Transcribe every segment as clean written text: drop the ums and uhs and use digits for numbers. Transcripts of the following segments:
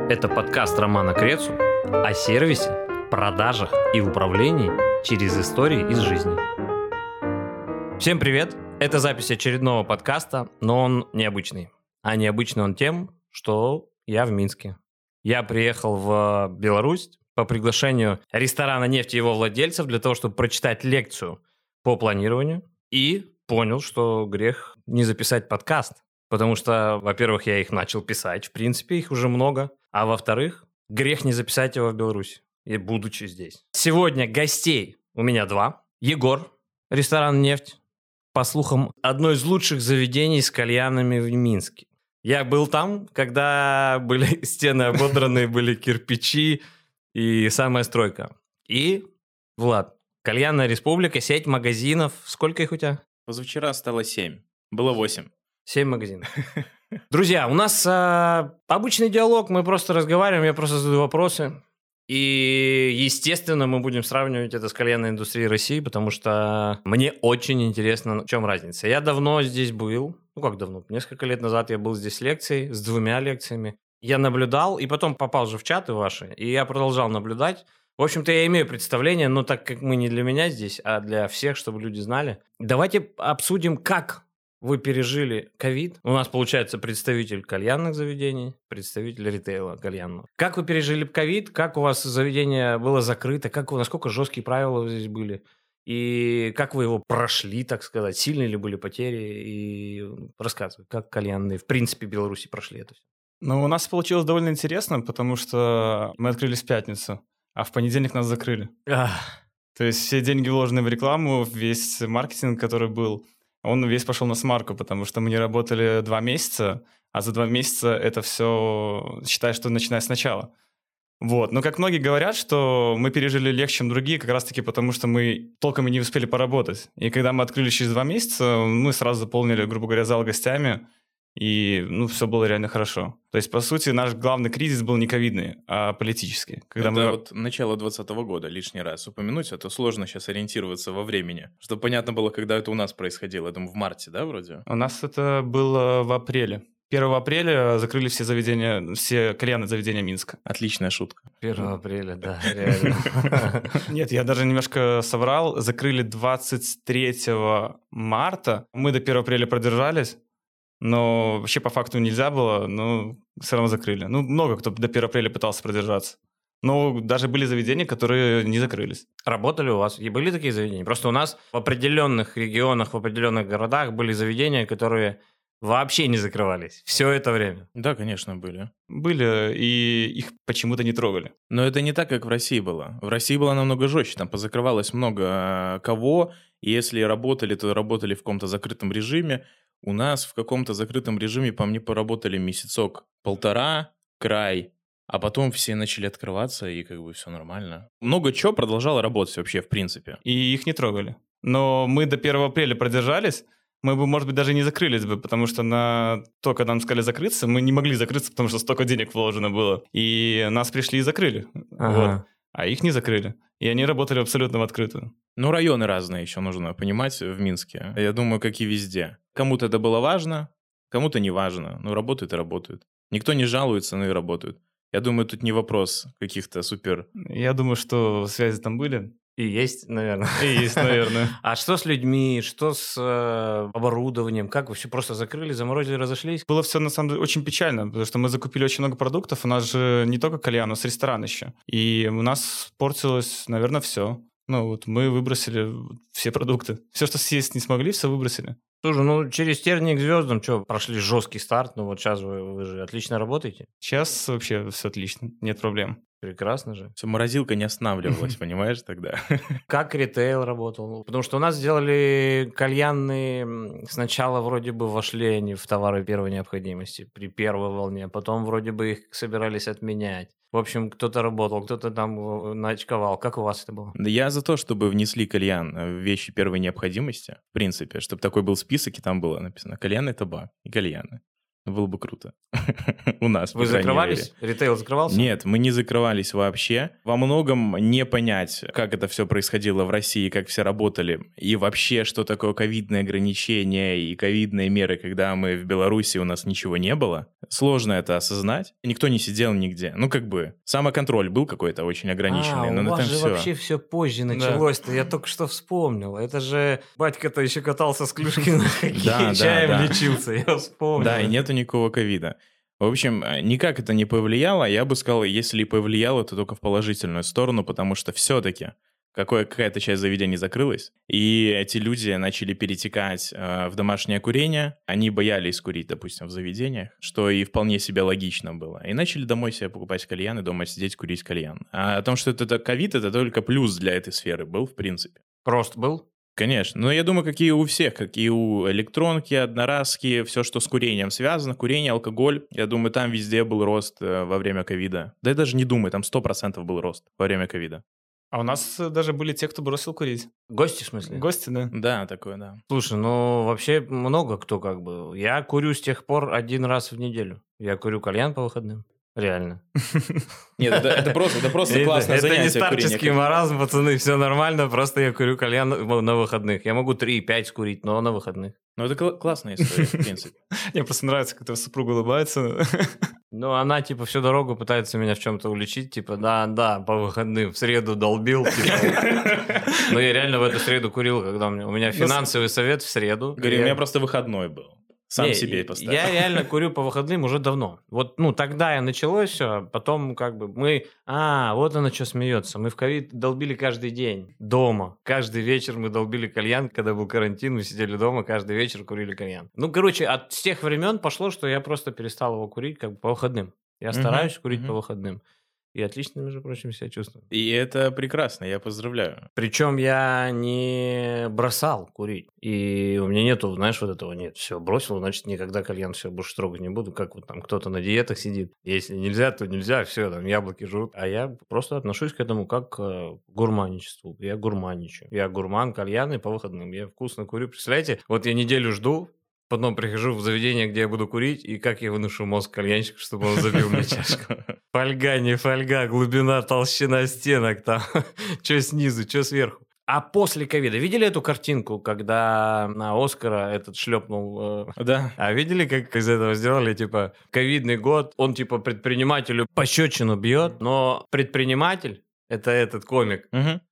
Это подкаст Романа Крецу о сервисе, продажах и управлении через истории из жизни. Всем привет! Это запись очередного подкаста, но он необычный. А необычный он тем, что я в Минске. Я приехал в Беларусь по приглашению ресторана «Нефть» и его владельцев для того, чтобы прочитать лекцию по планированию, и понял, что грех не записать подкаст. Потому что, во-первых, я их начал писать, в принципе, их уже много. А во-вторых, грех не записать его в Беларуси, и будучи здесь. Сегодня гостей у меня два. Егор, ресторан «Нефть», по слухам, одно из лучших заведений с кальянами в Минске. Я был там, когда были стены ободраны, были кирпичи и самая стройка. И, Влад, кальянная республика, сеть магазинов. Сколько их у тебя? Позавчера стало 7. Было 8. 7 магазинов. Друзья, у нас обычный диалог, мы просто разговариваем, я просто задаю вопросы. И, естественно, мы будем сравнивать это с кальянной индустрией России, потому что мне очень интересно, в чем разница. Я давно здесь был, как давно? Несколько лет назад я был здесь с лекцией, с 2 лекциями. Я наблюдал, и потом попал же в чаты ваши, и я продолжал наблюдать. В общем-то, я имею представление, но так как мы не для меня здесь, а для всех, чтобы люди знали. Давайте обсудим, как вы пережили ковид. У нас, получается, представитель кальянных заведений, представитель ритейла кальянного. Как вы пережили ковид? Как у вас заведение было закрыто? Насколько жесткие правила здесь были? И как вы его прошли, так сказать? Сильные ли были потери? И рассказывай, как кальянные, в принципе, в Беларуси прошли это все. Ну, у нас получилось довольно интересно, потому что мы открылись в пятницу, а в понедельник нас закрыли. То есть все деньги, вложенные в рекламу, весь маркетинг, который был, он весь пошел на смарку, потому что мы не работали 2 месяца, а за 2 месяца это все, считай, что начиная сначала. Вот. Но как многие говорят, что мы пережили легче, чем другие, как раз-таки потому, что мы толком и не успели поработать. И когда мы открылись через 2 месяца, мы сразу заполнили, грубо говоря, зал гостями, и все было реально хорошо. То есть, по сути, наш главный кризис был не ковидный, а политический. Это вот начало 2020 года лишний раз упомянуть, а то сложно сейчас ориентироваться во времени. Чтобы понятно было, когда это у нас происходило. Я думаю, в марте, да, вроде? У нас это было в апреле. 1 апреля закрыли все заведения, все кальянные заведения Минска. Отличная шутка. 1 апреля, да, реально. Нет, я даже немножко соврал. Закрыли 23 марта. Мы до 1 апреля продержались. Но вообще по факту нельзя было, но все равно закрыли. Много кто до 1 апреля пытался продержаться. Но даже были заведения, которые не закрылись. Работали у вас? И были такие заведения? Просто у нас в определенных регионах, в определенных городах были заведения, которые вообще не закрывались все это время. Да, конечно, были. Были, и их почему-то не трогали. Но это не так, как в России было. В России было намного жестче, там позакрывалось много кого, и если работали, то работали в каком-то закрытом режиме. У нас в каком-то закрытом режиме по мне поработали месяцок-полтора, край, а потом все начали открываться, и как бы все нормально. Много чего продолжало работать вообще, в принципе. И их не трогали. Но мы до 1 апреля продержались, мы бы, может быть, даже не закрылись бы, потому что когда нам сказали закрыться, мы не могли закрыться, потому что столько денег вложено было. И нас пришли и закрыли. Ага. Вот. А их не закрыли. И они работали абсолютно в открытую. Районы разные еще нужно понимать в Минске. Я думаю, как и везде. Кому-то это было важно, кому-то не важно. Работают и работают. Никто не жалуется, но и работают. Я думаю, тут не вопрос каких-то супер... Я думаю, что связи там были. И есть, наверное. И есть, наверное. А что с людьми, что с оборудованием? Как вы все просто закрыли, заморозили, разошлись? Было все, на самом деле, очень печально, потому что мы закупили очень много продуктов. У нас же не только кальян, у нас ресторан еще. И у нас портилось, наверное, все. Мы выбросили все продукты. Все, что съесть не смогли, все выбросили. Слушай, через терник к звездам, прошли жесткий старт, сейчас вы же отлично работаете. Сейчас вообще все отлично, нет проблем. Прекрасно же. Все, морозилка не останавливалась, понимаешь, тогда? Как ритейл работал? Потому что у нас сделали кальянные, сначала вроде бы вошли они в товары первой необходимости при первой волне, потом вроде бы их собирались отменять. В общем, кто-то работал, кто-то там начковал. Как у вас это было? Я за то, чтобы внесли кальян в вещи первой необходимости, в принципе, чтобы такой был список, и там было написано кальянный табак и кальяны. Было бы круто. У нас, Вы закрывались? Ритейл закрывался? Нет, мы не закрывались вообще. Во многом не понять, как это все происходило в России, как все работали, и вообще, что такое ковидные ограничения и ковидные меры, когда мы в Беларуси, у нас ничего не было. Сложно это осознать. Никто не сидел нигде. Ну, как бы, самоконтроль был какой-то очень ограниченный, но у на вас этом же все. вообще все позже началось-то. Я только что вспомнил. Это же батька-то еще катался с клюшки на хоккей, чаем лечился. Я вспомнил. Да, и нету никакого ковида. В общем, никак это не повлияло. Я бы сказал, если и повлияло, то только в положительную сторону, потому что все-таки какая-то часть заведений закрылась, и эти люди начали перетекать в домашнее курение. Они боялись курить, допустим, в заведениях, что и вполне себе логично было. И начали домой себе покупать кальян и дома сидеть, курить кальян. А о том, что это ковид, это только плюс для этой сферы был, в принципе. Рост был? Конечно. Но я думаю, как и у всех, как и у электронки, одноразки, все, что с курением связано, курение, алкоголь. Я думаю, там везде был рост во время ковида. Да я даже не думаю, там 100% был рост во время ковида. А у нас даже были те, кто бросил курить. Гости, в смысле? Гости, да. Да, такое, да. Слушай, ну вообще много кто как бы. Я курю с тех пор 1 раз в неделю. Я курю кальян по выходным. Реально. Нет, это просто классное занятие. Это не старческий маразм, пацаны, все нормально, просто я курю кальян на выходных. Я могу 3-5 скурить, но на выходных. Ну, это классная история, в принципе. Мне просто нравится, как твоя супруга улыбается. Ну, она, типа, всю дорогу пытается меня в чем-то уличить, типа, да, по выходным, в среду долбил, типа. Но я реально в эту среду курил, когда у меня финансовый совет в среду. Говорю, у меня просто выходной был. Сам себе поставил. Я реально курю по выходным уже давно. Вот, тогда и началось все, потом как бы вот она что смеется. Мы в ковид долбили каждый день дома. Каждый вечер мы долбили кальян, когда был карантин, мы сидели дома, каждый вечер курили кальян. С тех времен пошло, что я просто перестал его курить как бы по выходным. Я стараюсь курить по выходным. И отлично, между прочим, себя чувствую. И это прекрасно, я поздравляю. Причем я не бросал курить. И у меня нету, знаешь, вот этого нет. Все, бросил, значит, никогда кальян все больше трогать не буду. Как вот там кто-то на диетах сидит. Если нельзя, то нельзя, все, там яблоки жрут. А я просто отношусь к этому как к гурманничеству. Я гурманничаю. Я гурман, кальяны по выходным. Я вкусно курю. Представляете, вот я неделю жду, потом прихожу в заведение, где я буду курить, и как я выношу мозг кальянщику, чтобы он забил мне чашку. Фольга, не фольга, глубина, толщина стенок там. Что снизу, что сверху. А после ковида, видели эту картинку, когда на Оскара этот шлепнул? Да. А видели, как из этого сделали, типа, ковидный год, он, типа, предпринимателю пощечину бьет, но предприниматель, это этот комик,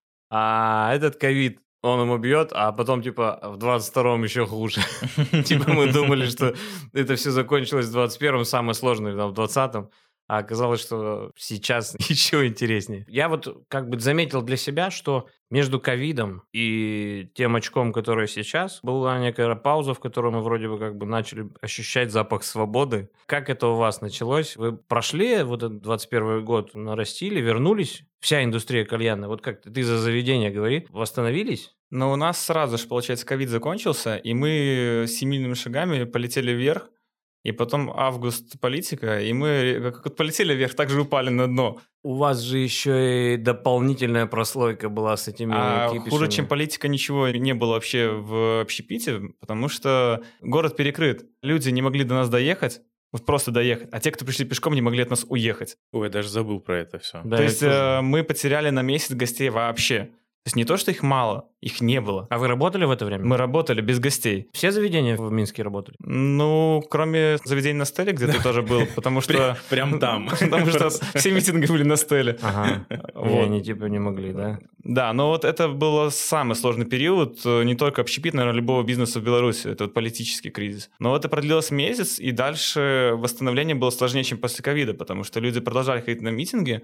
а этот ковид, он ему бьет, а потом, типа, в 22-м еще хуже. Типа, мы думали, что это все закончилось в 21-м, самое сложное в 20-м. А оказалось, что сейчас еще интереснее. Я вот как бы заметил для себя, что между ковидом и тем очком, который сейчас, была некая пауза, в которой мы вроде бы как бы начали ощущать запах свободы. Как это у вас началось? Вы прошли вот этот 21 год, нарастили, вернулись? Вся индустрия кальяна, вот как ты за заведение говори, восстановились? Но у нас сразу же, получается, ковид закончился, и мы семейными шагами полетели вверх. И потом август политика, и мы как полетели вверх, так же упали на дно. У вас же еще и дополнительная прослойка была с этими кипишами. Хуже, чем политика, ничего не было вообще в общепите, потому что город перекрыт. Люди не могли до нас доехать, вот просто доехать, а те, кто пришли пешком, не могли от нас уехать. Ой, я даже забыл про это все. Да, то есть мы потеряли на месяц гостей вообще. То есть не то, что их мало, их не было. А вы работали в это время? Мы работали без гостей. Все заведения в Минске работали? Ну, кроме заведений на Стеле, где ты тоже был, потому что... Прям там. Потому что все митинги были на Стеле. Ага. И они типа не могли, да? Да, но вот это был самый сложный период, не только общепит, наверное, любого бизнеса в Беларуси. Это вот политический кризис. Но это продлилось месяц, и дальше восстановление было сложнее, чем после ковида, потому что люди продолжали ходить на митинги,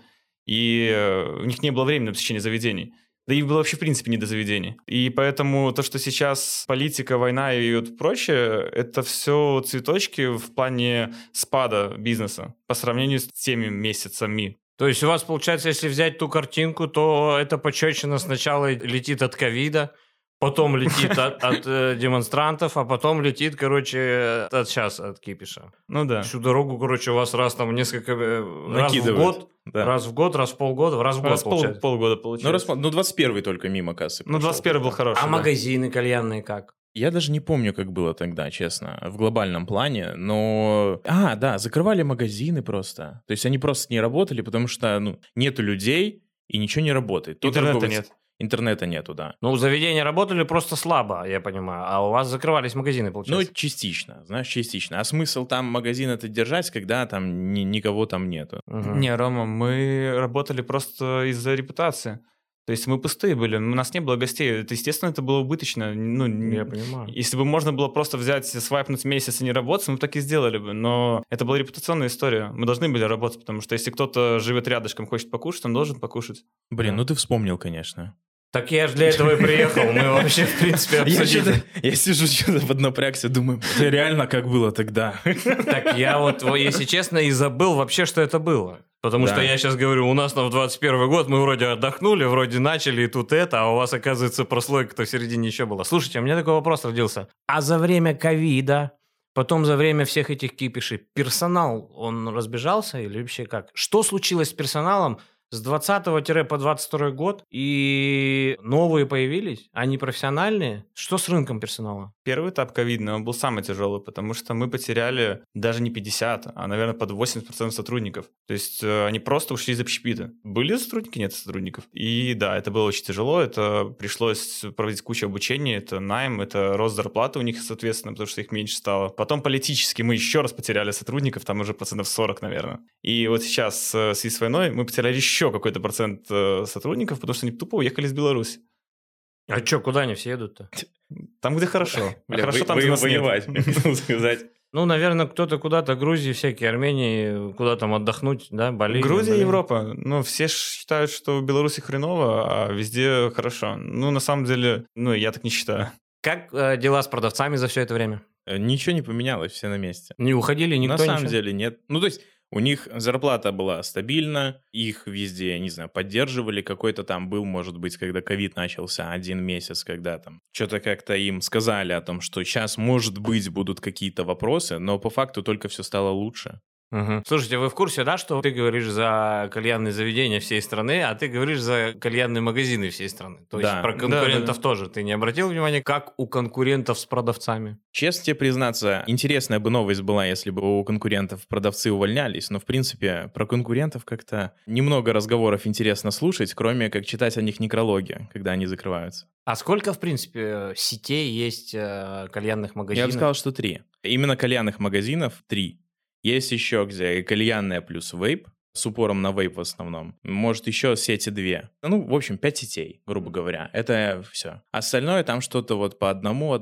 и у них не было времени на посещение заведений. Да и было вообще, в принципе, не до заведений. И поэтому то, что сейчас политика, война и вот прочее, это все цветочки в плане спада бизнеса по сравнению с теми месяцами. То есть у вас, получается, если взять ту картинку, то эта пощечина сначала летит от ковида, потом летит от демонстрантов, а потом летит, короче, от кипиша. Ну да. Всю дорогу, короче, у вас раз там несколько... Раз в год, да. Раз в год, раз в полгода, раз в год, получается. Полгода получается. Ну, 21-й только мимо кассы. Ну, 21-й был хороший. А магазины кальянные как? Я даже не помню, как было тогда, честно, в глобальном плане, но... да, закрывали магазины просто. То есть они просто не работали, потому что, нету людей и ничего не работает. Интернета нет. Интернета нету, да. Ну, заведения работали просто слабо, я понимаю, а у вас закрывались магазины, получается? Частично, знаешь, частично. А смысл там магазин это держать, когда там никого там нету? Не, Рома, мы работали просто из-за репутации. То есть мы пустые были, у нас не было гостей. Естественно, это было убыточно. Я понимаю. Если бы можно было просто взять, свайпнуть месяц и не работать, мы бы так и сделали бы. Но это была репутационная история. Мы должны были работать, потому что если кто-то живет рядышком, хочет покушать, он должен покушать. Блин, ты вспомнил, конечно. Так я же для этого и приехал. Мы вообще, в принципе, обсудили. Я сижу что-то поднапрягся, думаю, это реально как было тогда. Так я вот, если честно, и забыл вообще, что это было. Потому что я сейчас говорю, у нас в 21 год мы вроде отдохнули, вроде начали и тут это, а у вас, оказывается, прослойка-то в середине еще была. Слушайте, у меня такой вопрос родился. А за время ковида, потом за время всех этих кипишей, персонал, он разбежался или вообще как? Что случилось с персоналом с 20 по 22 год? И новые появились? Они профессиональные? Что с рынком персонала? Первый этап ковидный, он был самый тяжелый, потому что мы потеряли даже не 50, а, наверное, под 80% сотрудников. То есть они просто ушли из общепита. Были сотрудники? Нет сотрудников. И да, это было очень тяжело, это пришлось проводить кучу обучения, это найм, это рост зарплаты у них, соответственно, потому что их меньше стало. Потом политически мы еще раз потеряли сотрудников, там уже 40%, наверное. И вот сейчас в связи с войной мы потеряли еще какой-то процент сотрудников, потому что они тупо уехали из Беларуси. А что, куда они все едут-то? Там, где хорошо. Хорошо там, где нас воевать, можно сказать. Ну, наверное, кто-то куда-то, Грузии, всякие, Армении, куда там отдохнуть, да, Бали. Грузия, Европа. Все считают, что в Беларуси хреново, а везде хорошо. На самом деле, я так не считаю. Как дела с продавцами за все это время? Ничего не поменялось, все на месте. Не уходили никто? На самом деле нет. То есть у них зарплата была стабильна, их везде, не знаю, поддерживали. Какой-то там был, может быть, когда ковид начался, 1 месяц, когда там что-то как-то им сказали о том, что сейчас, может быть, будут какие-то вопросы, но по факту только все стало лучше. Угу. Слушайте, вы в курсе, да, что ты говоришь за кальянные заведения всей страны, а ты говоришь за кальянные магазины всей страны? То есть про конкурентов тоже. Ты не обратил внимания, как у конкурентов с продавцами? Честно тебе признаться, интересная бы новость была, если бы у конкурентов продавцы увольнялись, но, в принципе, про конкурентов как-то немного разговоров интересно слушать, кроме как читать о них некрологи, когда они закрываются. А сколько, в принципе, сетей есть кальянных магазинов? Я бы сказал, что 3. Именно кальянных магазинов 3. Есть еще где кальянная плюс вейп, с упором на вейп в основном. Может, еще сети 2. В общем, 5 сетей, грубо говоря. Это все. Остальное там что-то вот по одному.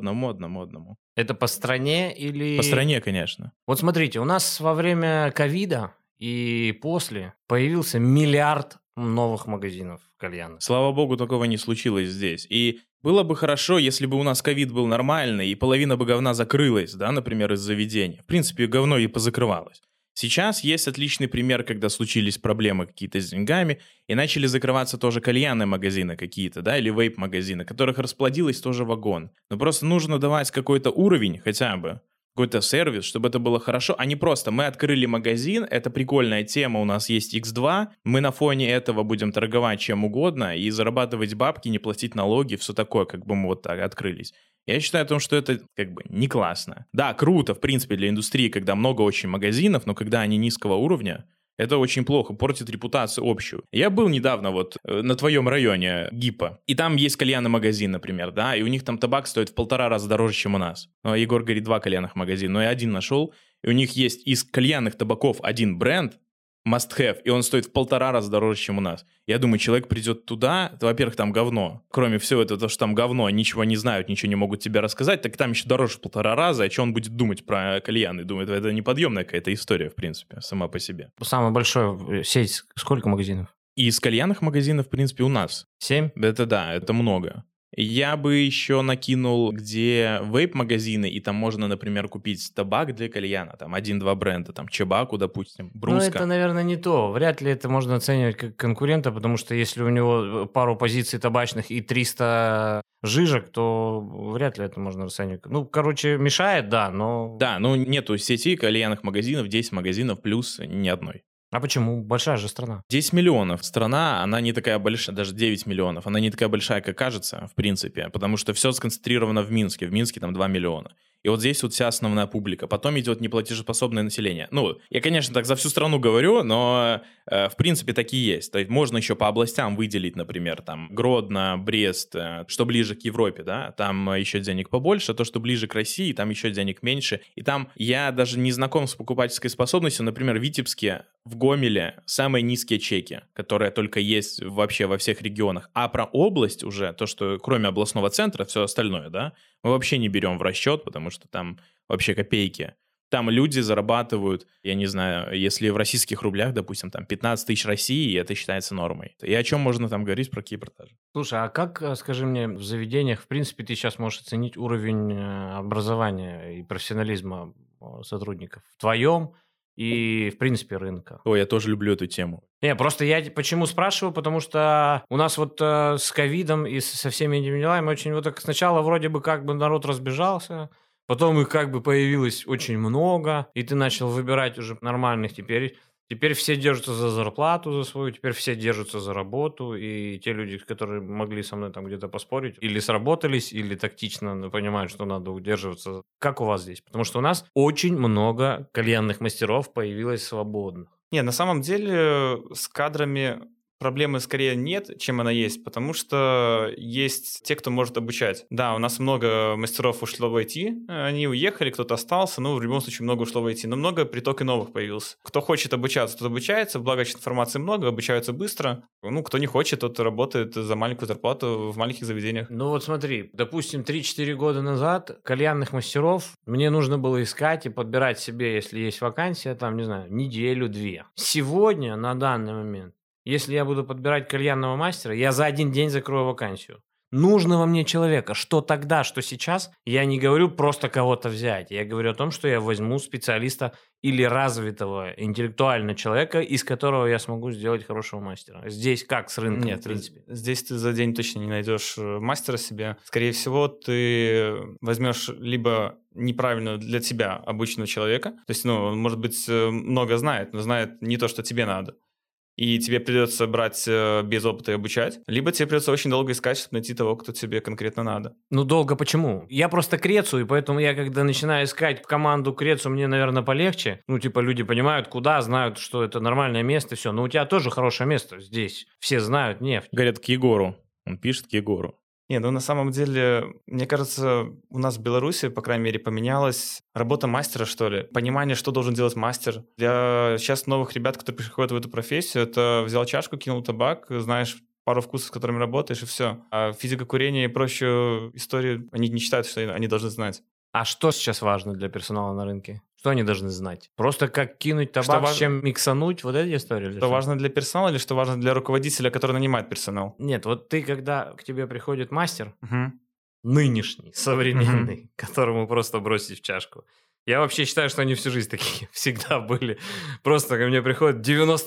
Это по стране или... По стране, конечно. Вот смотрите, у нас во время ковида и после появился 1 миллиард новых магазинов кальянных. Слава богу, такого не случилось здесь. И было бы хорошо, если бы у нас ковид был нормальный, и половина бы говна закрылась, да, например, из заведения. В принципе, говно и позакрывалось. Сейчас есть отличный пример, когда случились проблемы какие-то с деньгами, и начали закрываться тоже кальянные магазины какие-то, да, или вейп-магазины, которых расплодилось тоже вагон. Но просто нужно давать какой-то уровень хотя бы, какой-то сервис, чтобы это было хорошо, а не просто мы открыли магазин, это прикольная тема, у нас есть X2, мы на фоне этого будем торговать чем угодно и зарабатывать бабки, не платить налоги, все такое, как бы мы вот так открылись. Я считаю о том, что это как бы не классно. Да, круто, в принципе, для индустрии, когда много очень магазинов, но когда они низкого уровня, это очень плохо, портит репутацию общую. Я был недавно вот на твоем районе, ГИПа, и там есть кальянный магазин, например, да, и у них там табак стоит в 1,5 раза дороже, чем у нас. Егор говорит, 2 кальянных магазина, но я 1 нашел, и у них есть из кальянных табаков 1 бренд, must have, и он стоит в 1,5 раза дороже, чем у нас. Я думаю, человек придет туда, во-первых, там говно. Кроме всего этого, то, что там говно, ничего не знают, ничего не могут тебе рассказать, так там еще дороже в 1,5 раза, а что он будет думать про кальяны? Думает, это неподъемная какая-то история, в принципе, сама по себе. Самая большая сеть, сколько магазинов? И из кальянных магазинов, в принципе, у нас. 7? Это да, это много. Я бы еще накинул, где вейп-магазины, и там можно, например, купить табак для кальяна, там 1-2 бренда, там Чебаку, допустим, Бруска. Ну, это, наверное, не то. Вряд ли это можно оценивать как конкурента, потому что если у него пару позиций табачных и 300 жижек, то вряд ли это можно расценивать. Мешает, да, но... Да, нету сети кальянных магазинов, 10 магазинов плюс ни одной. А почему? Большая же страна. 10 миллионов. Страна, она не такая большая, даже 9 миллионов. Она не такая большая, как кажется, в принципе, потому что все сконцентрировано в Минске. В Минске там 2 миллиона. И вот здесь вот вся основная публика. Потом идет неплатежеспособное население. Ну, я, конечно, так за всю страну говорю, но в принципе такие есть. То есть можно еще по областям выделить, например, там Гродно, Брест, что ближе к Европе, да, там еще денег побольше, то, что ближе к России, там еще денег меньше. И там я даже не знаком с покупательской способностью. Например, в Витебске, в Гомеле самые низкие чеки, которые только есть вообще во всех регионах. А про область уже, то, что кроме областного центра, все остальное, да, мы вообще не берем в расчет, потому что там вообще копейки. Там люди зарабатывают, я не знаю, если в российских рублях, допустим, там 15 тысяч России, это считается нормой. И о чем можно там говорить про какие продажи? Слушай, а как, скажи мне, в заведениях, в принципе, ты сейчас можешь оценить уровень образования и профессионализма сотрудников в твоем и, в принципе, рынка? Ой, я тоже люблю эту тему. Не, просто я почему спрашиваю, потому что у нас вот с ковидом и со всеми этими делами очень вот так сначала вроде бы как бы народ разбежался, потом их как бы появилось очень много, и ты начал выбирать уже нормальных Теперь все держатся за зарплату за свою, теперь все держатся за работу, и те люди, которые могли со мной там где-то поспорить, или сработались, или тактично понимают, что надо удерживаться. Как у вас здесь? Потому что у нас очень много кальянных мастеров появилось свободных. Не, на самом деле с кадрами проблемы скорее нет, чем она есть, потому что есть те, кто может обучать. Да, у нас много мастеров ушло в IT, они уехали, кто-то остался, в любом случае много ушло в IT, но много притока новых появился. Кто хочет обучаться, тот обучается, благо информации много, обучаются быстро. Кто не хочет, тот работает за маленькую зарплату в маленьких заведениях. Ну вот смотри, допустим, 3-4 года назад кальянных мастеров мне нужно было искать и подбирать себе, если есть вакансия, там, не знаю, неделю-две. Сегодня, на данный момент, если я буду подбирать кальянного мастера, я за один день закрою вакансию. Нужного мне человека. Что тогда, что сейчас, я не говорю просто кого-то взять. Я говорю о том, что я возьму специалиста или развитого интеллектуально человека, из которого я смогу сделать хорошего мастера. Здесь как с рынком, Нет, в принципе? Здесь ты за день точно не найдешь мастера себе. Скорее всего, ты возьмешь либо неправильно для тебя обычного человека, то есть, он, может быть, много знает, но знает не то, что тебе надо. И тебе придется брать без опыта и обучать, либо тебе придется очень долго искать, чтобы найти того, кто тебе конкретно надо. Долго почему? Я просто крецу, и поэтому я, когда начинаю искать команду крецу, мне, наверное, полегче. Люди понимают, куда, знают, что это нормальное место, все. Но у тебя тоже хорошее место здесь. Все знают нефть. Говорят, к Егору. Он пишет к Егору. Не, на самом деле, мне кажется, у нас в Беларуси, по крайней мере, поменялась работа мастера, что ли. Понимание, что должен делать мастер. Для сейчас новых ребят, которые приходят в эту профессию, это взял чашку, кинул табак, знаешь пару вкусов, с которыми работаешь, и все. А физика курения и прочие истории, они не считают, что они должны знать. А что сейчас важно для персонала на рынке? Что они должны знать? Просто как кинуть табак, с чем миксануть? Вот эта история? Что важно для персонала или что важно для руководителя, который нанимает персонал? Нет, вот ты, когда к тебе приходит мастер, нынешний, современный, которому просто бросить в чашку. Я вообще считаю, что они всю жизнь такие всегда были. Просто ко мне приходят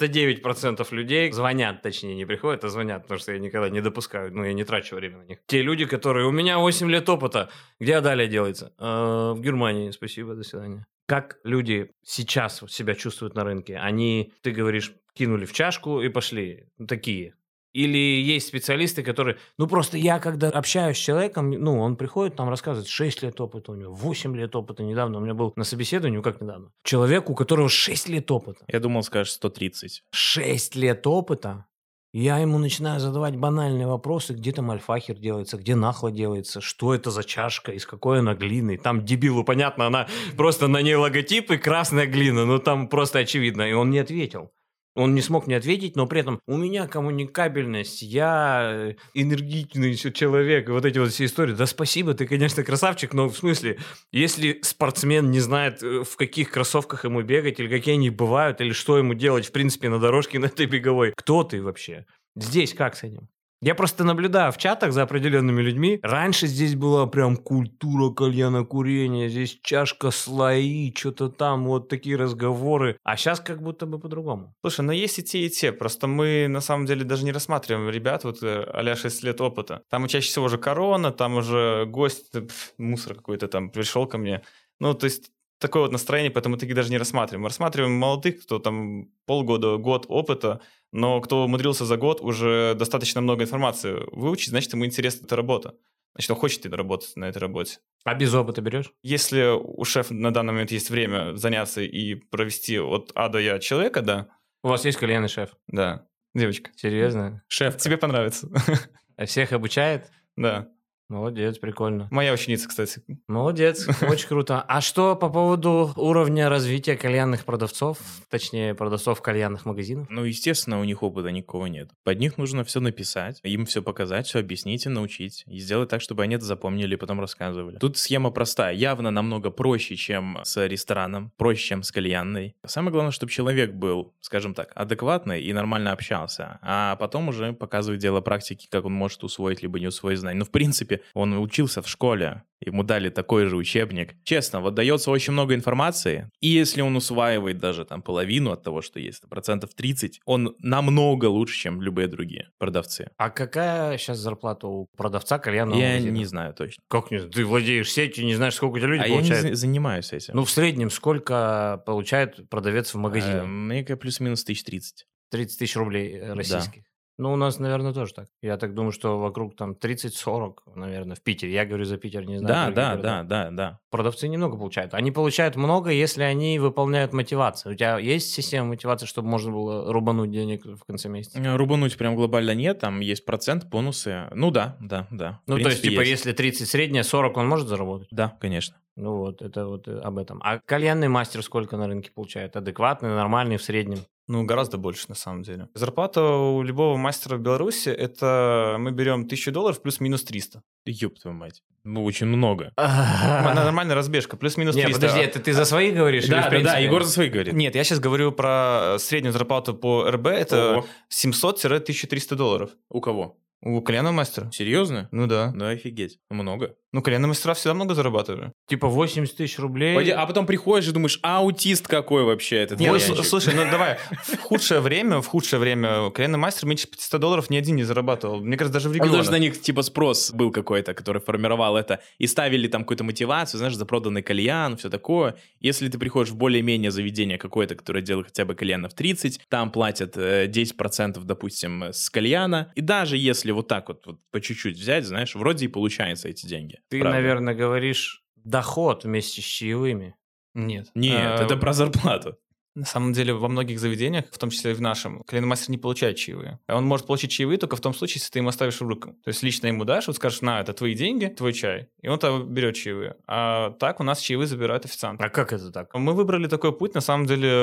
99% людей, звонят, точнее, не приходят, а звонят, потому что я никогда не допускаю, я не трачу время на них. Те люди, которые, у меня 8 лет опыта, где далее делается? В Германии, спасибо, до свидания. Как люди сейчас себя чувствуют на рынке? Они, ты говоришь, кинули в чашку и пошли, такие. Или есть специалисты, которые... просто я, когда общаюсь с человеком, он приходит, там рассказывает, 6 лет опыта у него, 8 лет опыта. Недавно у меня был на собеседовании, как недавно. Человек, у которого 6 лет опыта. Я думал, скажешь 130. 6 лет опыта? Я ему начинаю задавать банальные вопросы, где там альфахер делается, где нахла делается, что это за чашка, из какой она глины. Там дебилу понятно, она просто на ней логотип и красная глина, там просто очевидно. И он не ответил. Он не смог мне ответить, но при этом у меня коммуникабельность, я энергичный человек, и вот эти вот все истории. Да спасибо, ты, конечно, красавчик, но в смысле, если спортсмен не знает, в каких кроссовках ему бегать, или какие они бывают, или что ему делать, в принципе, на дорожке на этой беговой, кто ты вообще? Здесь как с этим? Я просто наблюдаю в чатах за определенными людьми. Раньше здесь была прям культура кальянокурения, здесь чашка, слои, что-то там, вот такие разговоры. А сейчас как будто бы по-другому. Слушай, есть и те. Просто мы на самом деле даже не рассматриваем ребят а-ля 6 лет опыта. Там чаще всего уже корона, там уже гость, мусор какой-то там пришел ко мне. То есть такое вот настроение, поэтому мы таких даже не рассматриваем. Мы рассматриваем молодых, кто там полгода, год опыта, но кто умудрился за год уже достаточно много информации выучить, значит, ему интересна эта работа. Значит, он хочет работать на этой работе. А без опыта берешь? Если у шефа на данный момент есть время заняться и провести от А до Я человека, да. У вас есть кальянный шеф? Да. Девочка. Серьезно? Шеф, тебе понравится. А всех обучает? Да. Молодец, прикольно. Моя ученица, кстати. Молодец, очень круто. А что по поводу уровня развития кальянных продавцов, точнее, продавцов кальянных магазинов? Ну, естественно, у них опыта никакого нет. Под них нужно все написать, им все показать, все объяснить и научить. И сделать так, чтобы они это запомнили и потом рассказывали. Тут схема простая. Явно намного проще, чем с рестораном, проще, чем с кальянной. Самое главное, чтобы человек был, скажем так, адекватный и нормально общался. А потом уже показывать дело практики, как он может усвоить либо не усвоить знания. Ну, в принципе, он учился в школе, ему дали такой же учебник. Честно, вот дается очень много информации, и если он усваивает даже там половину от того, что есть, 30%, он намного лучше, чем любые другие продавцы. А какая сейчас зарплата у продавца кальянного Я магазина? не знаю точно. Как не знаю? Ты владеешь сетью, не знаешь, сколько у тебя люди получают? Я не занимаюсь этим. Ну, в среднем сколько получает продавец в магазине? Мне кажется, плюс-минус 1030. 30 тысяч рублей российских. Ну, у нас, наверное, тоже так. Я так думаю, что вокруг там 30-40, наверное, в Питере. Я говорю за Питер, не знаю. Да. Продавцы немного получают. Они получают много, если они выполняют мотивацию. У тебя есть система мотивации, чтобы можно было рубануть денег в конце месяца? Рубануть прям глобально нет, там есть процент, бонусы. Ну да. Ну, то есть, типа, если 30 средняя, 40 он может заработать? Да, конечно. Ну вот, это вот об этом. А кальянный мастер сколько на рынке получает? Адекватный, нормальный, в среднем? Ну, гораздо больше, на самом деле. Зарплата у любого мастера в Беларуси, это мы берем $1000 плюс-минус 300. Ёб твою мать. Ну, очень много. Нормальная разбежка, плюс-минус 300. Нет, подожди, это ты за своих говоришь? Да, Егор за своих говорит. Нет, я сейчас говорю про среднюю зарплату по РБ, это $700-1300. У кого? У кальянного мастера. Серьезно? Ну да. Да, офигеть. Много. Ну, кальянные мастера всегда много зарабатывали. Типа 80 тысяч рублей. Пойди, а потом приходишь и думаешь, аутист какой вообще этот кальянщик. Слушай, ну давай, в худшее время кальянный мастер меньше $500 ни один не зарабатывал. Мне кажется, даже в регионах. Даже на них типа спрос был какой-то, который формировал это. И ставили там какую-то мотивацию, знаешь, за проданный кальян, все такое. Если ты приходишь в более-менее заведение какое-то, которое делает хотя бы кальянов 30, там платят 10%, допустим, с кальяна. И даже если вот так вот по чуть-чуть взять, знаешь, вроде и получается эти деньги. Ты, правда. наверное, говоришь доход вместе с чаевыми. Нет. Нет, это про зарплату. На самом деле, во многих заведениях, в том числе и в нашем, кальянный мастер не получает чаевые. Он может получить чаевые только в том случае, если ты ему оставишь в руку. То есть лично ему дашь, вот скажешь, на, это твои деньги, твой чай, и он там берет чаевые. А так у нас чаевые забирают официанты. А как это так? Мы выбрали такой путь, на самом деле,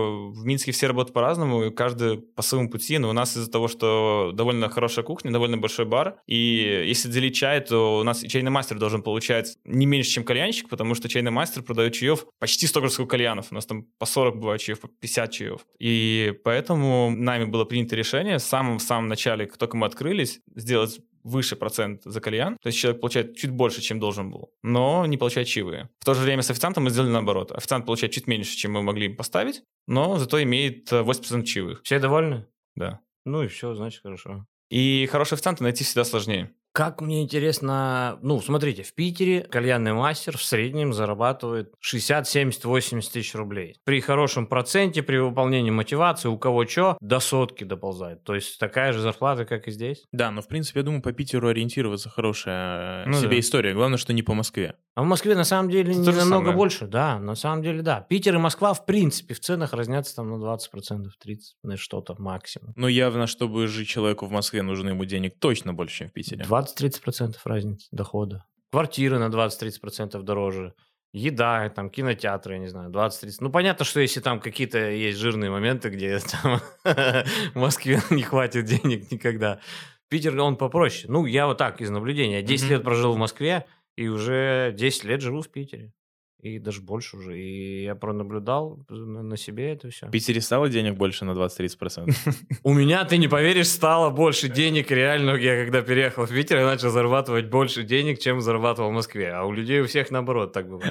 в Минске все работают по-разному, и каждый по своему пути, но у нас из-за того, что довольно хорошая кухня, довольно большой бар, и если делить чай, то у нас и чайный мастер должен получать не меньше, чем кальянщик, потому что чайный мастер продает чаев почти столько же, сколько кальянов. У нас там по 40 бывает чаев, по 50 чаев. И поэтому нами было принято решение в самом начале, как только мы открылись, сделать выше процент за кальян. То есть человек получает чуть больше, чем должен был, но не получает чаевые. В то же время с официантом мы сделали наоборот. Официант получает чуть меньше, чем мы могли им поставить, но зато имеет 80% чаевых. Все довольны? Да. Ну и все, значит, хорошо. И хорошего официанта найти всегда сложнее. Как мне интересно, ну, смотрите, в Питере кальянный мастер в среднем зарабатывает 60, 70, 80 тысяч рублей. При хорошем проценте, при выполнении мотивации, у кого что, до сотки доползает. То есть такая же зарплата, как и здесь. Да, но в принципе, я думаю, по Питеру ориентироваться хорошая Ну себе да. история. Главное, что не по Москве. А в Москве на самом деле Это не то же намного самое. больше, да, на самом деле, да. Питер и Москва, в принципе, в ценах разнятся там на 20%, 30%, на что-то максимум. Но явно, чтобы жить человеку в Москве, нужно ему денег точно больше, чем в Питере. 20-30% разница дохода. Квартиры на 20-30% дороже. Еда, там, кинотеатры, я не знаю, 20-30%. Ну, понятно, что если там какие-то есть жирные моменты, где там в Москве не хватит денег никогда. Питер, он попроще. Ну, я вот так, из наблюдения. Я 10 лет прожил в Москве, и уже 10 лет живу в Питере. И даже больше уже. И я пронаблюдал на себе это все. В Питере стало денег больше на 20-30%? У меня, ты не поверишь, стало больше денег. Реально, я когда переехал в Питер, я начал зарабатывать больше денег, чем зарабатывал в Москве. А у людей у всех наоборот так бывает.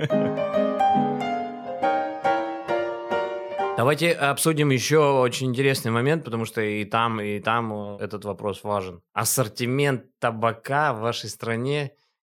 Давайте обсудим еще очень интересный момент, потому что и там этот вопрос важен. Ассортимент табака в вашей стране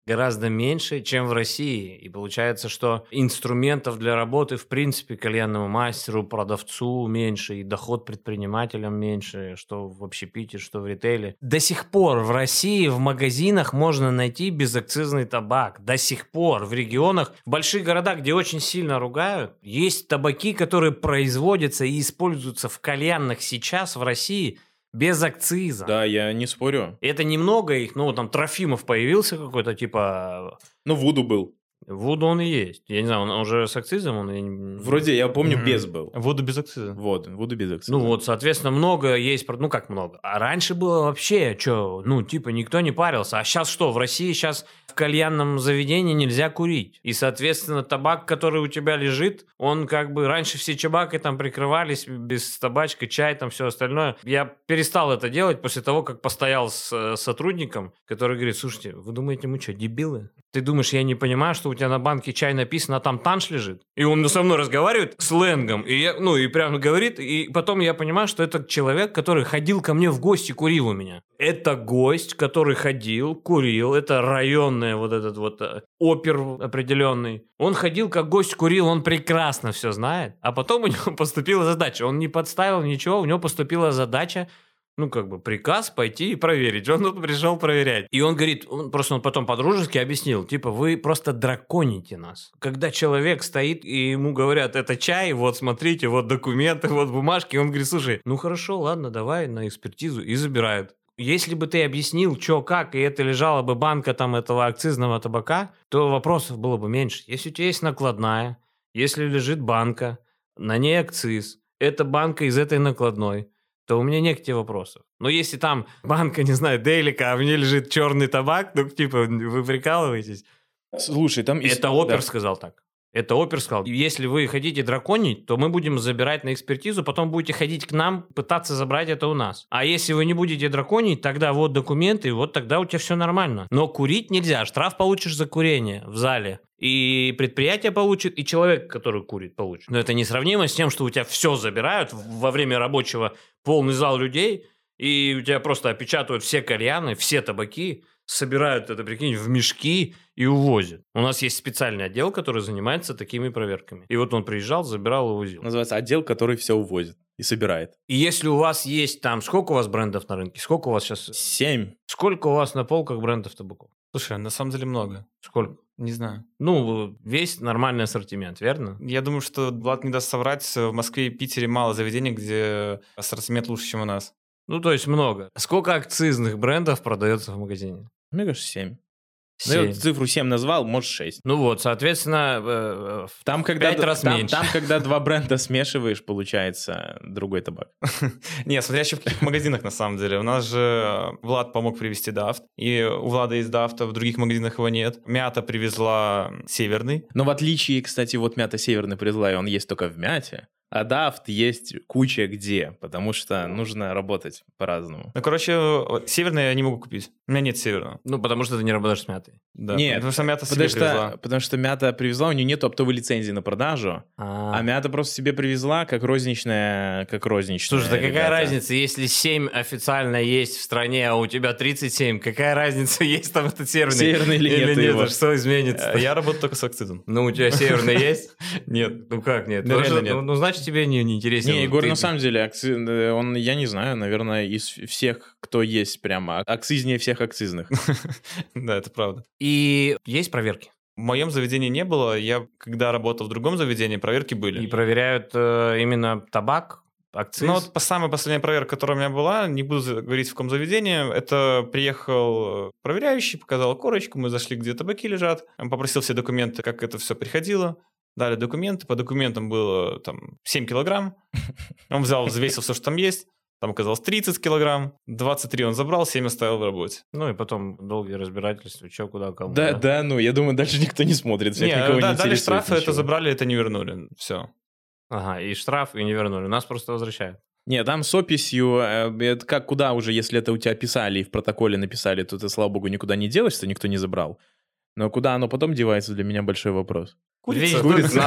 гораздо меньше, чем в России. И получается, что инструментов для работы, в принципе, кальянному мастеру, продавцу меньше, и доход предпринимателям меньше, что в общепите, что в ритейле. До сих пор в России в магазинах можно найти безакцизный табак. До сих пор в регионах, в больших городах, где очень сильно ругают, есть табаки, которые производятся и используются в кальянных сейчас в России без акциза. Да, я не спорю. Это немного их, ну, там Трофимов появился какой-то, типа... Ну, Вуду был. Вуду он и есть. Я не знаю, он уже с акцизом? Вроде, я помню, без был. Вуду без акциза. Вот, Вуду без акциза. Ну вот, соответственно, много есть, ну как много. А раньше было вообще, что, ну типа никто не парился. А сейчас что, в России сейчас в кальянном заведении нельзя курить. И, соответственно, табак, который у тебя лежит, он как бы, раньше все чабаки там прикрывались без табачка, чай, там все остальное. Я перестал это делать после того, как постоял с сотрудником, который говорит: слушайте, вы думаете, мы что, дебилы? Ты думаешь, я не понимаю, что у тебя на банке чай написано, а там танш лежит? И он со мной разговаривает сленгом, и я, ну, и прямо говорит, и потом я понимаю, что это человек, который ходил ко мне в гости, курил у меня. Это гость, который ходил, курил, это районный вот этот вот опер определенный. Он ходил как гость, курил, он прекрасно все знает. А потом у него поступила задача, он не подставил ничего, у него поступила задача, ну, как бы, приказ пойти и проверить. Он тут пришел проверять. И он говорит, он потом по-дружески объяснил, типа, вы просто драконите нас. Когда человек стоит, и ему говорят, это чай, вот смотрите, вот документы, вот бумажки, он говорит, слушай, ну хорошо, ладно, давай на экспертизу, и забирают. Если бы ты объяснил, что, как, и это лежала бы банка там этого акцизного табака, то вопросов было бы меньше. Если у тебя есть накладная, если лежит банка, на ней акциз, это банка из этой накладной, то у меня нет к тебе вопросов. Но если там банка, не знаю, Делика, а в ней лежит черный табак, ну, типа, вы прикалываетесь? Слушай, там... Это опер сказал так. Это опер сказал. Если вы хотите драконить, то мы будем забирать на экспертизу, потом будете ходить к нам, пытаться забрать это у нас. А если вы не будете драконить, тогда вот документы, вот тогда у тебя все нормально. Но курить нельзя, штраф получишь за курение в зале. И предприятие получит, и человек, который курит, получит. Но это несравнимо с тем, что у тебя все забирают во время рабочего, полный зал людей, и у тебя просто опечатывают все кальяны, все табаки, собирают это, прикинь, в мешки и увозят. У нас есть специальный отдел, который занимается такими проверками. И вот он приезжал, забирал и увозил. Называется отдел, который все увозит и собирает. И если у вас есть там... Сколько у вас брендов на рынке? Сколько у вас сейчас? 7. Сколько у вас на полках брендов табаков? Слушай, на самом деле много. Сколько? Не знаю. Ну, весь нормальный ассортимент, верно? Я думаю, что Влад не даст соврать. В Москве и Питере мало заведений, где ассортимент лучше, чем у нас. Ну, то есть много. Сколько акцизных брендов продается в магазине? Мне кажется, 7. 7. Ну, я цифру 7 назвал, может 6. Ну вот, соответственно, там, в когда 5 раз меньше. Там, когда два бренда смешиваешь, получается другой табак. Не, смотря еще в каких магазинах, на самом деле. У нас же Влад помог привезти Дафт, и у Влада есть Дафта, в других магазинах его нет. Мята привезла Северный. Но в отличие, кстати, вот Мята Северный привезла, и он есть только в Мяте. А Дафт есть куча где, потому что нужно работать по-разному. Ну, короче, Северный я не могу купить. У меня нет Северного. Ну, потому что ты не работаешь с Мятой. Да, нет, потому что Мята себе привезла. Потому что Мята привезла, у нее нет оптовой лицензии на продажу, а Мята просто себе привезла как розничная. Слушай, да какая разница, если 7 официально есть в стране, а у тебя 37, какая разница, есть там этот Северный? Северный или нет его? Что изменится? Я работаю только с акцизом. Ну, у тебя Северный есть? Нет. Ну, как нет? Ну, значит, тебе не интересен. Не, Егор, на самом деле, он, я не знаю, наверное, из всех, кто есть прямо, акцизнее всех акцизных. Да, это правда. И есть проверки? В моем заведении не было. Я, когда работал в другом заведении, проверки были. И проверяют именно табак, акциз? Ну, вот самая последняя проверка, которая у меня была, не буду говорить в каком заведении, это приехал проверяющий, показал корочку, мы зашли, где табаки лежат, он попросил все документы, как это все приходило. Дали документы, по документам было там 7 килограмм. Он взял, взвесил все, что там есть. Там оказалось 30 килограмм, 23 он забрал, 7 оставил в работе. Ну и потом долгие разбирательства, что, куда, кому. Да, ну я думаю, дальше никто не смотрит. Дали штрафы, это забрали, это не вернули. Все. Ага, и штраф, и не вернули. Нас просто возвращают. Не, там с описью, это как куда уже, если это у тебя писали и в протоколе написали, то ты, слава богу, никуда не делаешь, что никто не забрал. Но куда оно потом девается, для меня большой вопрос. Курица.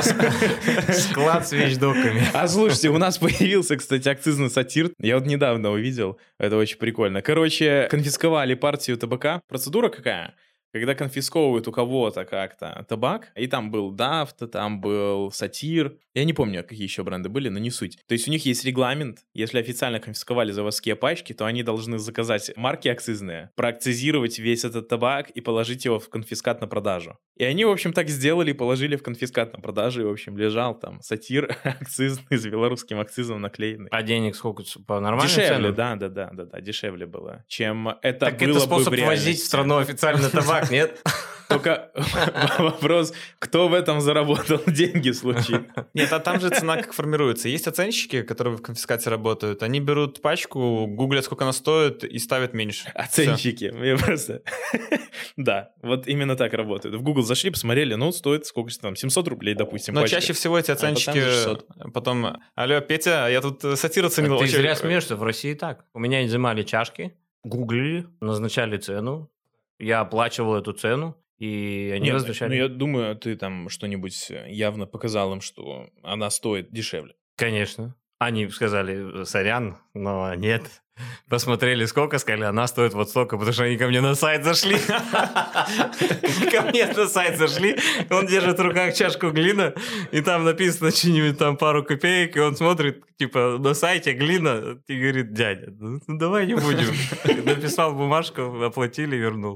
Склад с вещдоками. А слушайте, у нас появился, кстати, акцизный сатир. Я вот недавно увидел. Это очень прикольно. Короче, конфисковали партию табака. Процедура какая? когда конфисковывают у кого-то как-то табак, и там был Дафт, там был Сатир, я не помню, какие еще бренды были, но не суть. То есть у них есть регламент, если официально конфисковали заводские пачки, то они должны заказать марки акцизные, проакцизировать весь этот табак и положить его в конфискат на продажу. И они, в общем, так сделали, положили в конфискат на продажу, и, в общем, лежал там Сатир акцизный с белорусским акцизом наклеенный. А денег сколько по нормальным Дешевле, ценам? да, дешевле было, чем это Так было это бы способ в реальности. возить в страну официально табак, нет? Только вопрос, кто в этом заработал деньги в случае. Нет, а там же цена как формируется. Есть оценщики, которые в конфискате работают. Они берут пачку, гуглят, сколько она стоит, и ставят меньше. Оценщики. Я просто... Да, вот именно так работает. В Google зашли, посмотрели, ну, стоит сколько там, 700 рублей, допустим, Но пачка. чаще всего эти оценщики потом... Алло, Петя, я тут Сатир оценил. Ты зря смеешься, в России так. У меня изымали чашки, гуглили, назначали цену, я оплачивал эту цену, и они Нет, возвращали. ну, я думаю, ты там что-нибудь явно показал им, что она стоит дешевле. Конечно. Они сказали, сорян, но нет. Посмотрели, сколько, сказали, она стоит вот столько, потому что они ко мне на сайт зашли. Ко мне на сайт зашли, он держит в руках чашку глина, и там написано что-нибудь там пару копеек, и он смотрит, типа, на сайте глина, и говорит, дядя, ну давай не будем. Написал бумажку, оплатили, вернул.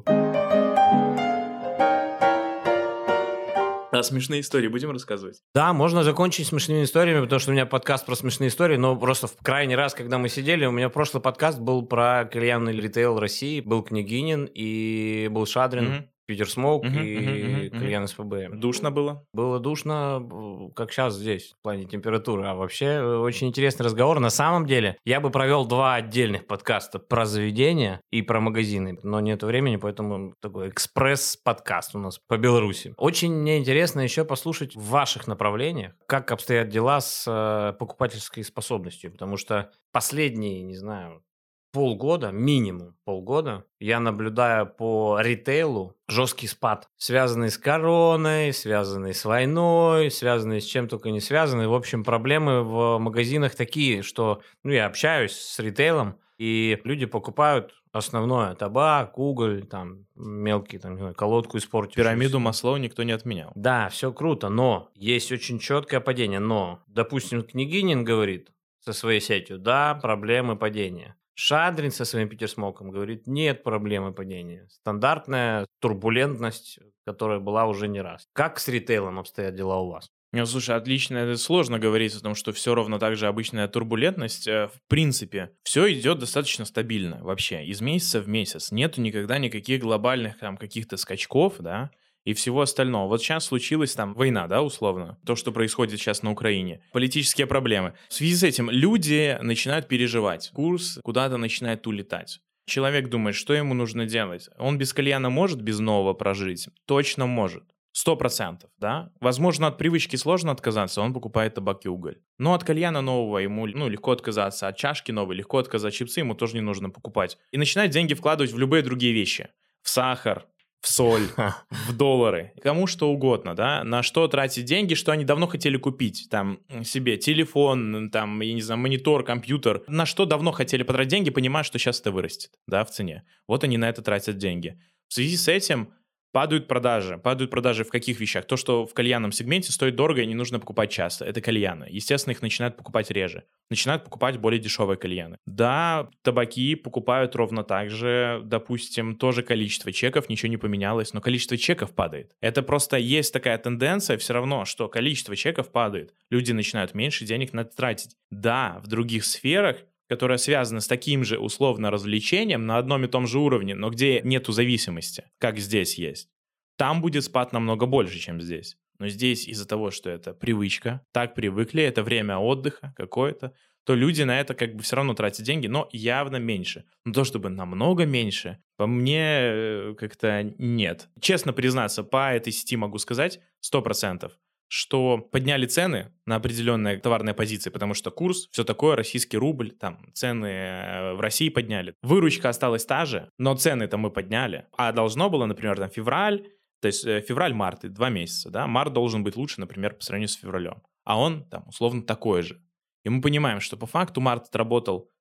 А смешные истории будем рассказывать? Да, можно закончить смешными историями, потому что у меня подкаст про смешные истории, но просто в крайний раз, когда мы сидели, у меня прошлый подкаст был про кальянный ритейл России, был Княгинин и был Шадрин, Питер Смоук и кальян СПБ. Душно было? Было душно, как сейчас здесь, в плане температуры. А вообще, очень интересный разговор. На самом деле, я бы провел 2 отдельных подкаста про заведения и про магазины, но нет времени, поэтому такой экспресс-подкаст у нас по Беларуси. Очень мне интересно еще послушать в ваших направлениях, как обстоят дела с покупательской способностью, потому что последние, не знаю, полгода, минимум полгода, я наблюдаю по ритейлу жесткий спад, связанный с короной, связанный с войной, связанный с чем только не связанный. В общем, проблемы в магазинах такие, что я общаюсь с ритейлом, и люди покупают основное: табак, уголь, там, мелкие, там, не знаю, колодку испортившуюся. Пирамиду Маслоу никто не отменял. Да, все круто, но есть очень четкое падение. Но, допустим, Княгинин говорит со своей сетью, да, проблемы падения. Шадрин со своим Питерсмоком говорит, нет проблемы падения. Стандартная турбулентность, которая была уже не раз. Как с ритейлом обстоят дела у вас? Ну, слушай, отлично. Это сложно говорить о том, что все ровно так же обычная турбулентность. В принципе, все идет достаточно стабильно вообще. Из месяца в месяц. Нету никогда никаких глобальных там каких-то скачков, да, и всего остального. Вот сейчас случилась там война, да, условно, то, что происходит сейчас на Украине, политические проблемы. В связи с этим люди начинают переживать, курс куда-то начинает улетать. Человек думает, что ему нужно делать. Он без кальяна может без нового прожить? Точно может. 100%, да? Возможно, от привычки сложно отказаться, он покупает табак и уголь. Но от кальяна нового ему легко отказаться, от чашки новой легко отказаться, чипсы ему тоже не нужно покупать. И начинает деньги вкладывать в любые другие вещи. В сахар, в соль, в доллары, кому что угодно, да, на что тратить деньги, что они давно хотели купить, там, себе телефон, там, я не знаю, монитор, компьютер, на что давно хотели потратить деньги, понимая, что сейчас это вырастет, да, в цене. Вот они на это тратят деньги. В связи с этим падают продажи. Падают продажи в каких вещах? То, что в кальянном сегменте стоит дорого и не нужно покупать часто. Это кальяны. Естественно, их начинают покупать реже. Начинают покупать более дешевые кальяны. Да, табаки покупают ровно так же. Допустим, тоже количество чеков, ничего не поменялось, но количество чеков падает. Это просто есть такая тенденция все равно, что количество чеков падает. Люди начинают меньше денег на это тратить. Да, в других сферах, которая связана с таким же условно развлечением на одном и том же уровне, но где нету зависимости, как здесь есть, там будет спад намного больше, чем здесь. Но здесь из-за того, что это привычка, так привыкли, это время отдыха какое-то, то люди на это как бы все равно тратят деньги, но явно меньше. Но то, чтобы намного меньше, по мне как-то нет. Честно признаться, по этой сети могу сказать 100%. Что подняли цены на определенные товарные позиции, потому что курс, все такое, российский рубль, там цены в России подняли. Выручка осталась та же, но цены-то мы подняли. А должно было, например, там февраль, то есть февраль-март, 2 месяца, да, март должен быть лучше, например, по сравнению с февралем. А он там условно такой же. И мы понимаем, что по факту март отработал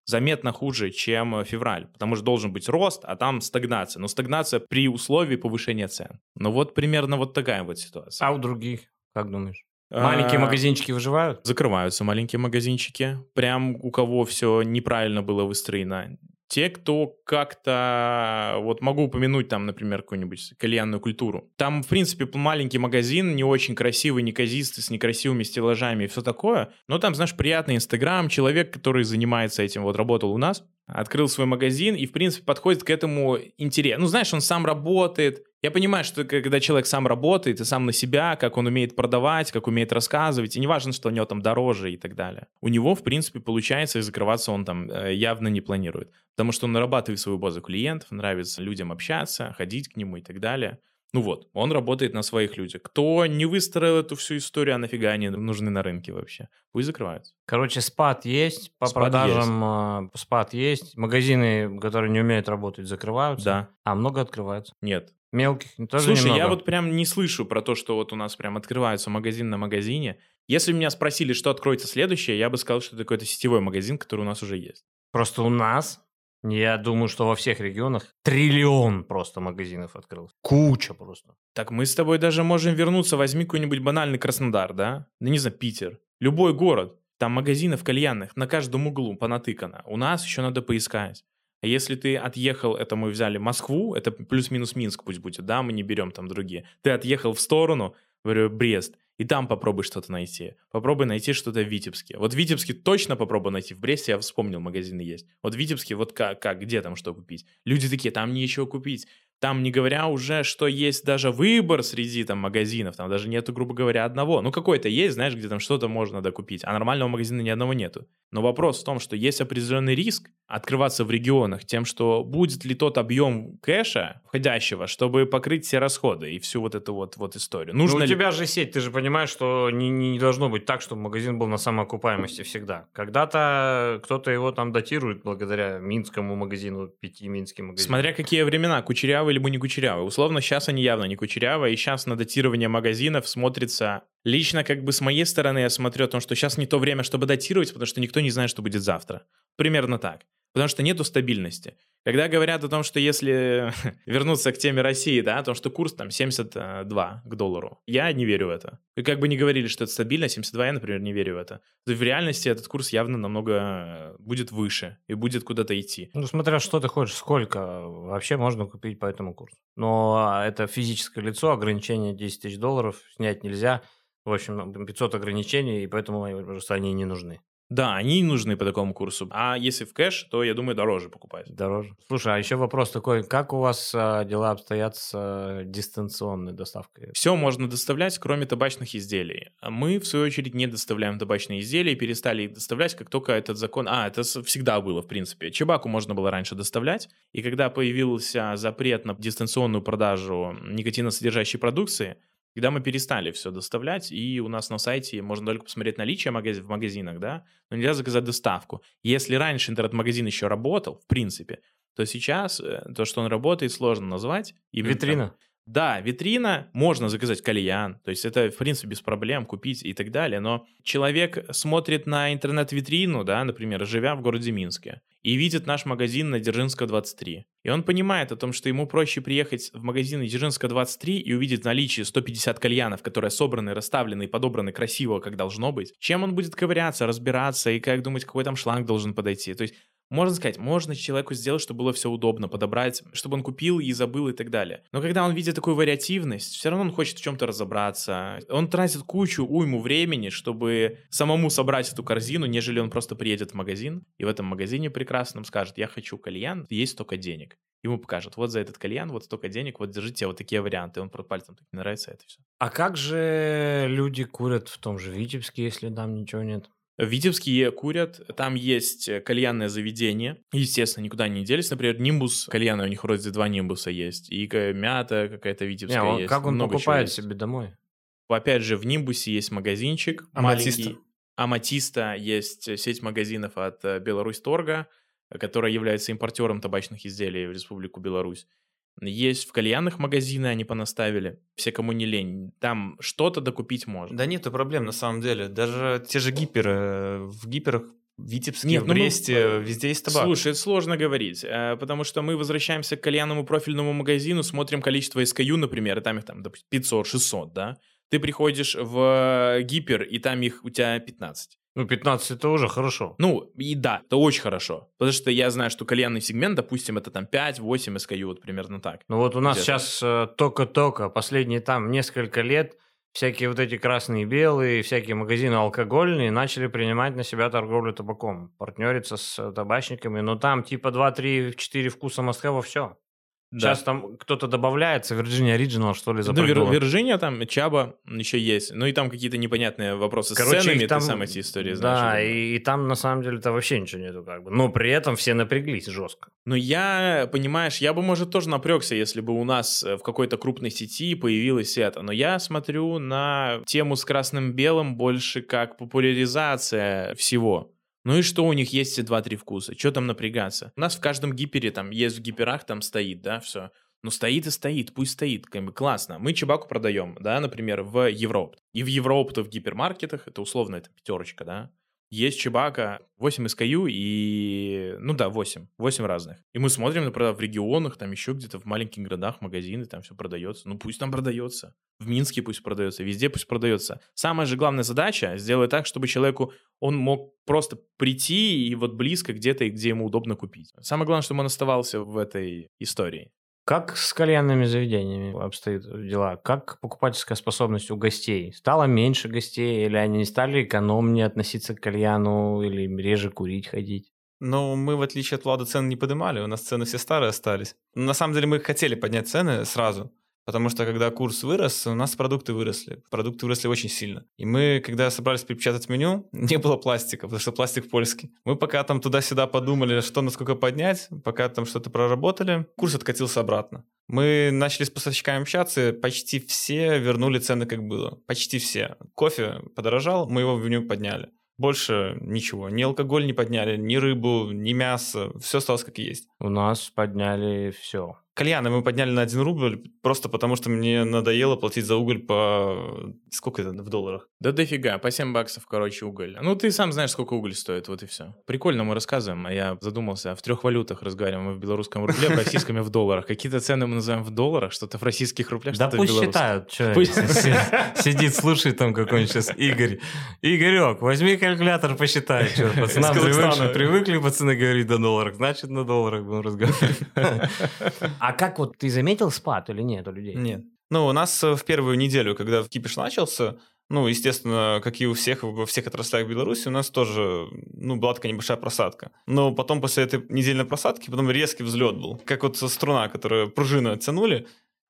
заметно хуже, чем февраль, потому что должен быть рост, а там стагнация. Но стагнация при условии повышения цен. Ну вот примерно вот такая вот ситуация. А у других, как думаешь? Маленькие магазинчики выживают? Закрываются маленькие магазинчики. Прям у кого все неправильно было выстроено. Те, кто как-то... Вот могу упомянуть там, например, какую-нибудь кальянную культуру. Там, в принципе, маленький магазин, не очень красивый, неказистый, с некрасивыми стеллажами и все такое. Но там, знаешь, приятный Инстаграм. Человек, который занимается этим, вот работал у нас, открыл свой магазин и, в принципе, подходит к этому интересно. Ну, знаешь, он сам работает. Я понимаю, что когда человек сам работает и сам на себя, как он умеет продавать, как умеет рассказывать, и не важно, что у него там дороже и так далее. У него, в принципе, получается, и закрываться он там явно не планирует. Потому что он нарабатывает свою базу клиентов, нравится людям общаться, ходить к нему и так далее. Ну вот, он работает на своих людях. Кто не выстроил эту всю историю, а нафига они нужны на рынке вообще? Пусть закрываются. Короче, спад есть, по Спад продажам спад есть. Магазины, которые не умеют работать, закрываются. Да. А много открывается? Нет. Мелких тоже Слушай, немного. я вот прям не слышу про то, что вот у нас прям открываются магазин на магазине. Если меня спросили, что откроется следующее, я бы сказал, что это какой-то сетевой магазин, который у нас уже есть. Просто у нас, я думаю, что во всех регионах триллион просто магазинов открылось. Куча просто. Так мы с тобой даже можем вернуться, возьми какой-нибудь банальный Краснодар, да? Да не знаю, Питер. Любой город. Там магазинов кальянных на каждом углу понатыкано. У нас еще надо поискать. А если ты отъехал, это мы взяли Москву, это плюс-минус Минск пусть будет, да, мы не берем там другие. Ты отъехал в сторону, говорю, Брест, и там попробуй что-то найти. Попробуй найти что-то в Витебске. Вот в Витебске точно попробуй найти. В Бресте я вспомнил, магазины есть. Вот в Витебске вот как, где там что купить? Люди такие, там нечего купить. Там не говоря уже, что есть даже выбор среди там магазинов. Там даже нету, грубо говоря, одного. Ну какой-то есть, знаешь, где там что-то можно докупить. А нормального магазина ни одного нету. Но вопрос в том, что есть определенный риск открываться в регионах тем, что будет ли тот объем кэша входящего, чтобы покрыть все расходы и всю вот эту вот историю. Нужно у ли... тебя же сеть, ты же понимаешь, что не должно быть так, чтобы магазин был на самоокупаемости всегда. Когда-то кто-то его там датирует благодаря минскому магазину, 5 минским магазинам. Смотря какие времена, кучерявые либо не кучерявые. Условно, сейчас они явно не кучерявые, и сейчас на датирование магазинов смотрится... Лично, как бы с моей стороны, я смотрю о том, что сейчас не то время, чтобы датировать, потому что никто не знает, что будет завтра. Примерно так. Потому что нету стабильности. Когда говорят о том, что если вернуться к теме России, да, о том, что курс там 72 к доллару, я не верю в это. И как бы ни говорили, что это стабильно, 72 я, например, не верю в это. В реальности этот курс явно намного будет выше и будет куда-то идти. Ну, смотря что ты хочешь, сколько вообще можно купить по этому курсу. Но это физическое лицо, ограничение 10 тысяч долларов, снять нельзя. В общем, 500 ограничений, и поэтому просто они не нужны. Да, они нужны по такому курсу. А если в кэш, то, я думаю, дороже покупать. Дороже. Слушай, а еще вопрос такой, как у вас дела обстоят с дистанционной доставкой? Все можно доставлять, кроме табачных изделий. Мы, в свою очередь, не доставляем табачные изделия, перестали их доставлять, как только этот закон... это всегда было, в принципе. Чебаку можно было раньше доставлять, и когда появился запрет на дистанционную продажу никотиносодержащей продукции, когда мы перестали все доставлять, и у нас на сайте можно только посмотреть наличие в магазинах, да, но нельзя заказать доставку. Если раньше интернет-магазин еще работал, в принципе, то сейчас то, что он работает, сложно назвать. Витрина? Да, витрина, можно заказать кальян, то есть это, в принципе, без проблем купить и так далее, но человек смотрит на интернет-витрину, да, например, живя в городе Минске, и видит наш магазин на Дзержинского, 23. И он понимает о том, что ему проще приехать в магазин на Дзержинского, 23 и увидеть в наличии 150 кальянов, которые собраны, расставлены и подобраны красиво, как должно быть, чем он будет ковыряться, разбираться и как думать, какой там шланг должен подойти. То есть можно сказать, можно человеку сделать, чтобы было все удобно, подобрать, чтобы он купил и забыл и так далее. Но когда он видит такую вариативность, все равно он хочет в чем-то разобраться. Он тратит уйму времени, чтобы самому собрать эту корзину, нежели он просто приедет в магазин, и в этом магазине прекрасном скажет, я хочу кальян, есть столько денег. Ему покажут, вот за этот кальян, вот столько денег, вот держите вот такие варианты. Он под пальцем так не нравится, это все. А как же люди курят в том же Витебске, если там ничего нет? В Витебске курят, там есть кальянное заведение, естественно, никуда не делись, например, Нимбус, кальяны у них вроде 2 Нимбуса есть, и мята какая-то витебская есть. Как он покупает себе домой? Опять же, в Нимбусе есть магазинчик маленький. Аматиста есть сеть магазинов от Беларусь-Торга, которая является импортером табачных изделий в Республику Беларусь. Есть в кальянных магазины, они понаставили. Все, кому не лень, там что-то докупить можно. Да нету проблем на самом деле. Даже те же гиперы. В гиперах в Витебске, в Бресте, везде есть табак. Слушай, это сложно говорить, потому что мы возвращаемся к кальянному профильному магазину, смотрим количество SKU, например, и там их, допустим, 500-600, да? Ты приходишь в гипер, и там их у тебя 15. 15 это уже хорошо. И да, это очень хорошо. Потому что я знаю, что кальянный сегмент, допустим, это там 5-8 SKU, вот примерно так. У нас сейчас только-только, последние там несколько лет, всякие вот эти красные и белые, всякие магазины алкогольные начали принимать на себя торговлю табаком, партнериться с табачниками, но там типа 2-3-4 вкуса must-have, все. Да. Сейчас там кто-то добавляется, Virginia Original, что ли, запрыгнула. Virginia, там Чаба еще есть. И там какие-то непонятные вопросы с ценами, там, ты сам эти истории знаешь. Да, и там на самом деле-то вообще ничего нету Но при этом все напряглись жестко. Я бы, может, тоже напрягся, если бы у нас в какой-то крупной сети появилось это. Но я смотрю на тему с красным-белым больше как популяризация всего. И что у них есть все 2-3 вкуса? Что там напрягаться? У нас в каждом гипере, там, есть в гиперах, там стоит, да, все. Стоит и стоит, пусть стоит, классно. Мы чебаку продаем, да, например, в Европе. И в Европе-то в гипермаркетах, это условно, это 5, да. Есть чебака, 8 SKU и, 8 разных. И мы смотрим, например, в регионах, там еще где-то в маленьких городах, магазины, там все продается. Пусть там продается. В Минске пусть продается, везде пусть продается. Самая же главная задача сделать так, чтобы человеку, он мог просто прийти и близко где-то, и где ему удобно купить. Самое главное, чтобы он оставался в этой истории. Как с кальянными заведениями обстоят дела? Как покупательская способность у гостей? Стало меньше гостей, или они стали экономнее относиться к кальяну, или реже курить ходить? Мы, в отличие от Влада, цены не поднимали, у нас цены все старые остались. На самом деле мы хотели поднять цены сразу, потому что когда курс вырос, у нас продукты выросли. Продукты выросли очень сильно. И мы, когда собрались перепечатать меню, не было пластика, потому что пластик польский. Мы пока там туда-сюда подумали, что насколько поднять, пока там что-то проработали, курс откатился обратно. Мы начали с поставщиками общаться, почти все вернули цены как было. Почти все. Кофе подорожал, мы его в меню подняли. Больше ничего. Ни алкоголь не подняли, ни рыбу, ни мясо. Все осталось как есть. У нас подняли все. Кальяны мы подняли на 1 рубль, просто потому что мне надоело платить за уголь по... Сколько это в долларах? Да дофига, по $7, уголь. Ты сам знаешь, сколько уголь стоит, вот и все. Прикольно мы рассказываем, а я задумался, в 3 валютах разговариваем, мы в белорусском рубле, в российском и в долларах. Какие-то цены мы называем в долларах, что-то в российских рублях, что-то в белорусских. Да пусть считают, сидит, слушает там какой-нибудь сейчас Игорь. Игорек, возьми калькулятор, посчитай. Пацанам привыкли пацаны говорить до долларов, значит на долларах будем разговаривать. А как ты заметил спад или нет у людей? Нет. У нас в первую неделю, когда кипиш начался, естественно, как и у всех, во всех отраслях Беларуси, у нас тоже, была такая небольшая просадка. Но потом после этой недельной просадки, потом резкий взлет был. Как струна, которую пружину оттянули,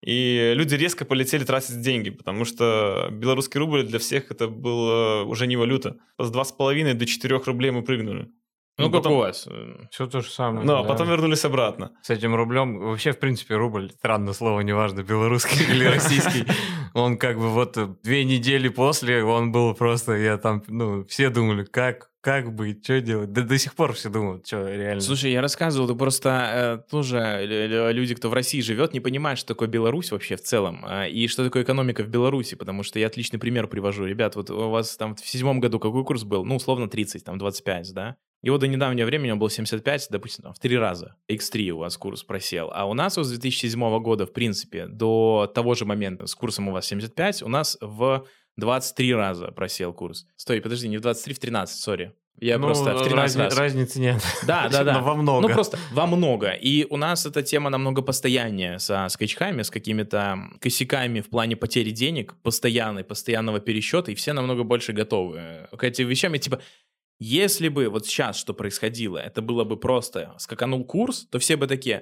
и люди резко полетели тратить деньги, потому что белорусский рубль для всех это было уже не валюта. С 2,5 до 4 рублей мы прыгнули. Как у вас? Все то же самое. А потом вернулись обратно. С этим рублем, вообще, в принципе, рубль, странное слово, неважно, белорусский или российский, он 2 недели после, он был просто, я там, все думали, как быть, что делать? Да до сих пор все думают, что реально. Слушай, я рассказывал, ты просто тоже люди, кто в России живет, не понимают, что такое Беларусь вообще в целом, и что такое экономика в Беларуси, потому что я отличный пример привожу. Ребят, у вас там в 2007 году какой курс был? Условно 30, 25, да? И до недавнего времени он был 75, допустим, в 3 раза. X3 у вас курс просел. А у нас с 2007 года, в принципе, до того же момента с курсом у вас 75, у нас в 23 раза просел курс. Стой, подожди, не в 23, в 13, сори. Я просто в 13 раз. Разницы нет. Да. Но во много. Просто во много. И у нас эта тема намного постояннее со скачками, с какими-то косяками в плане потери денег, постоянного пересчета, и все намного больше готовы к этим вещам. И если бы сейчас что происходило, это было бы просто скаканул курс, то все бы такие,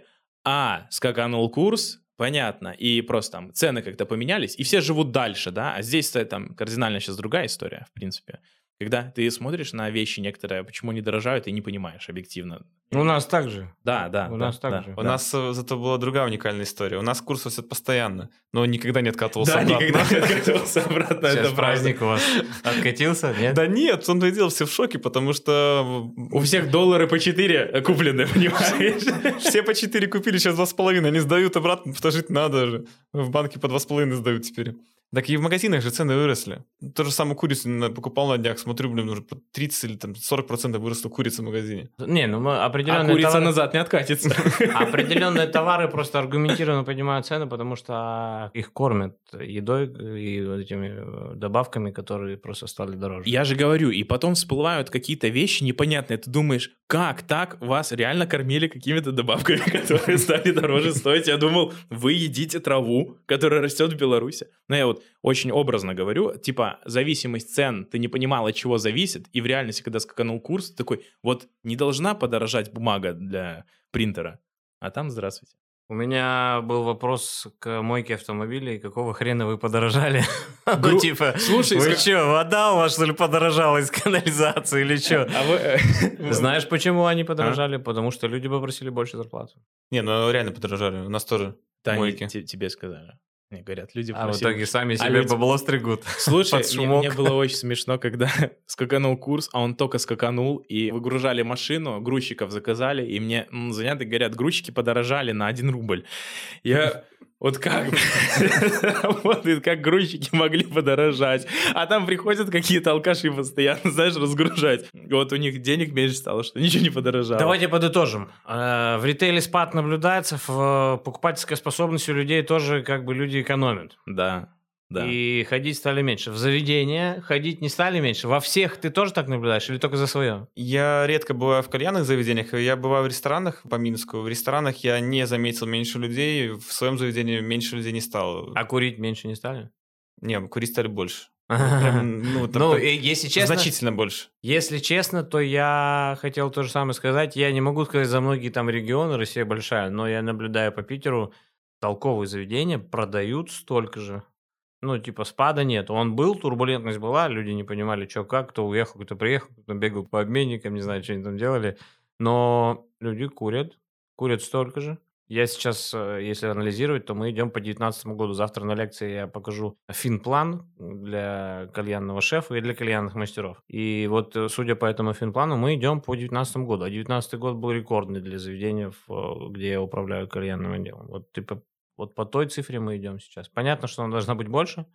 скаканул курс, понятно, и просто цены как-то поменялись, и все живут дальше, да, а здесь кардинально сейчас другая история, в принципе. Когда ты смотришь на вещи некоторые, почему они дорожают, и не понимаешь объективно. У нас так же. Да. У нас так же. У нас зато была другая уникальная история. У нас курс растет постоянно, но он никогда не откатывался обратно. Да, никогда не откатывался обратно. Сейчас праздник у вас откатился, нет? Да нет, он делал все в шоке, потому что... У всех доллары по 4 куплены, понимаешь? Все по 4 купили, сейчас 2,5. Они сдают обратно, потому что жить надо же. В банке по 2,5 сдают теперь. Так и в магазинах же цены выросли. То же самое курицу покупал на днях, смотрю, блин, уже 30 или там 40% выросла курица в магазине. Не, ну мы А определенные курица товары... назад не откатится. Определенные товары просто аргументированно поднимают цены, потому что их кормят едой и вот этими добавками, которые просто стали дороже. Я же говорю, и потом всплывают какие-то вещи непонятные. Ты думаешь, как так вас реально кормили какими-то добавками, которые стали дороже стоить? Я думал, вы едите траву, которая растет в Беларуси. Но я вот очень образно говорю, типа зависимость цен, ты не понимал, от чего зависит, и в реальности, когда скаканул курс, ты такой, вот не должна подорожать бумага для принтера, а там здравствуйте. У меня был вопрос к мойке автомобилей, какого хрена вы подорожали? Ну, типа, слушай, вы что, вода у вас, что ли, подорожала из канализации или что? Знаешь, почему они подорожали? Потому что люди попросили больше зарплату. Не, ну реально подорожали, у нас тоже мойки. Тебе сказали. Мне говорят, люди А в просили. итоге сами себе бабло стригут. Слушай, мне было очень смешно, когда скаканул курс, а он только скаканул, и выгружали машину, грузчиков заказали, и мне звонят и говорят, грузчики подорожали на 1 рубль. Я... Вот как? Вот как грузчики могли подорожать. А там приходят какие-то алкаши постоянно, знаешь, разгружать. Вот у них денег меньше стало, что ничего не подорожало. Давайте подытожим. В ритейле спад наблюдается, в покупательской способности у людей тоже как бы люди экономят. Да. Да. И ходить стали меньше. В заведения ходить не стали меньше. Во всех ты тоже так наблюдаешь или только за свое? Я редко бываю в кальянных заведениях, я бываю в ресторанах по Минску. В ресторанах я не заметил меньше людей, в своем заведении меньше людей не стало. А курить меньше не стали? Не, курить стали больше. Если честно, значительно больше. Если честно, то я хотел то же самое сказать. Я не могу сказать за многие там регионы, Россия большая, но я наблюдаю по Питеру, толковые заведения продают столько же. Ну, типа, спада нет. Он был, турбулентность была, люди не понимали, что как, кто уехал, кто приехал, кто бегал по обменникам, не знаю, что они там делали. Но люди курят столько же. Я сейчас, если анализировать, то мы идем по 2019 году. Завтра на лекции я покажу финплан для кальянного шефа и для кальянных мастеров. И вот, судя по этому финплану, мы идем по 2019 году. А 2019 год был рекордный для заведения, где я управляю кальянным отделом. Вот, типа, вот по той цифре мы идем сейчас. Понятно, что она должна быть больше,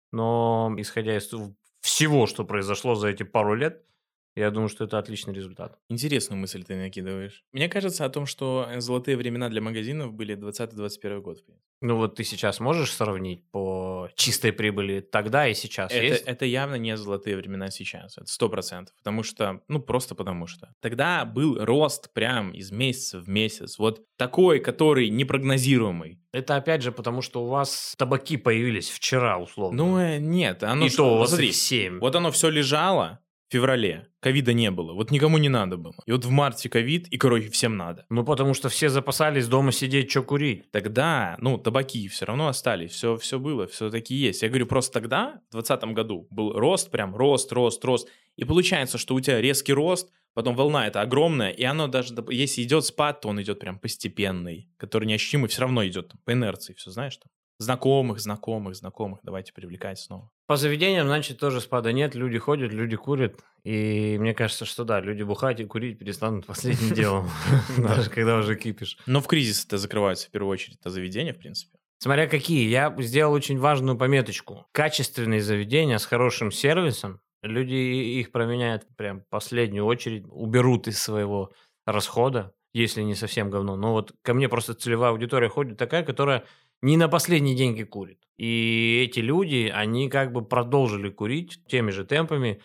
но исходя из всего, что произошло за эти пару лет, я думаю, что это отличный результат. Интересную мысль ты накидываешь. Мне кажется о том, что золотые времена для магазинов были 20-21 год. Ну вот ты сейчас можешь сравнить по чистой прибыли тогда и сейчас? Это явно не золотые времена сейчас, это 100%. Потому что, просто потому что. Тогда был рост прям из месяца в месяц. Вот такой, который непрогнозируемый. Это опять же потому, что у вас табаки появились вчера, условно. Нет. И то у вас их 7. Вот оно все лежало в феврале. Ковида не было. Вот никому не надо было. И вот в марте ковид, и, всем надо. Потому что все запасались дома сидеть, что курить. Тогда, табаки все равно остались. Все было, все-таки есть. Я говорю, просто тогда, в 2020 году, был рост, прям рост. И получается, что у тебя резкий рост, потом волна эта огромная, и оно даже, если идет спад, то он идет прям постепенный, который неощутимый, все равно идет по инерции, все знаешь там. Знакомых, давайте привлекать снова. По заведениям, значит, тоже спада нет, люди ходят, люди курят, и мне кажется, что да, люди бухать и курить перестанут последним делом, даже когда уже кипишь. Но в кризис это закрываются в первую очередь заведения, в принципе. Смотря какие, я сделал очень важную пометочку. Качественные заведения с хорошим сервисом, люди их променяют прям в последнюю очередь, уберут из своего расхода, если не совсем говно. Но вот ко мне просто целевая аудитория ходит такая, которая не на последние деньги курит. И эти люди, они как бы продолжили курить теми же темпами,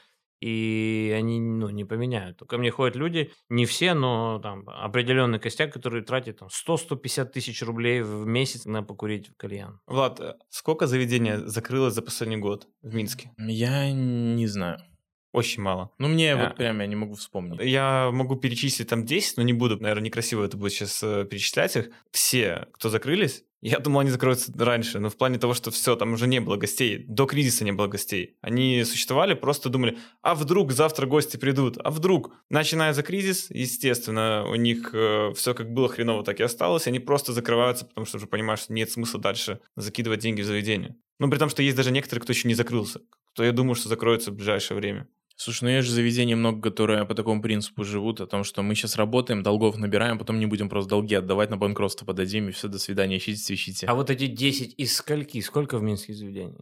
и они не поменяют. Ко мне ходят люди, не все, но там определенный костяк, которые тратят 100-150 тысяч рублей в месяц на покурить в кальян. Влад, сколько заведений закрылось за последний год в Минске? Я не знаю. Очень мало. Вот прям я не могу вспомнить. Я могу перечислить там 10, но не буду, наверное, некрасиво это будет сейчас перечислять их. Все, кто закрылись, я думал, они закроются раньше, но в плане того, что все, там уже не было гостей, до кризиса не было гостей. Они существовали, просто думали, а вдруг завтра гости придут, а вдруг? Начинается кризис, естественно, у них все как было хреново, так и осталось, они просто закрываются, потому что уже понимают, что нет смысла дальше закидывать деньги в заведение. При том, что есть даже некоторые, кто еще не закрылся, кто, я думаю, что закроется в ближайшее время. Слушай, есть же заведений много, которые по такому принципу живут, о том, что мы сейчас работаем, долгов набираем, потом не будем просто долги отдавать, на банкротство подадим, и все, до свидания, ищите. А вот эти 10 из скольки? Сколько в Минске заведений?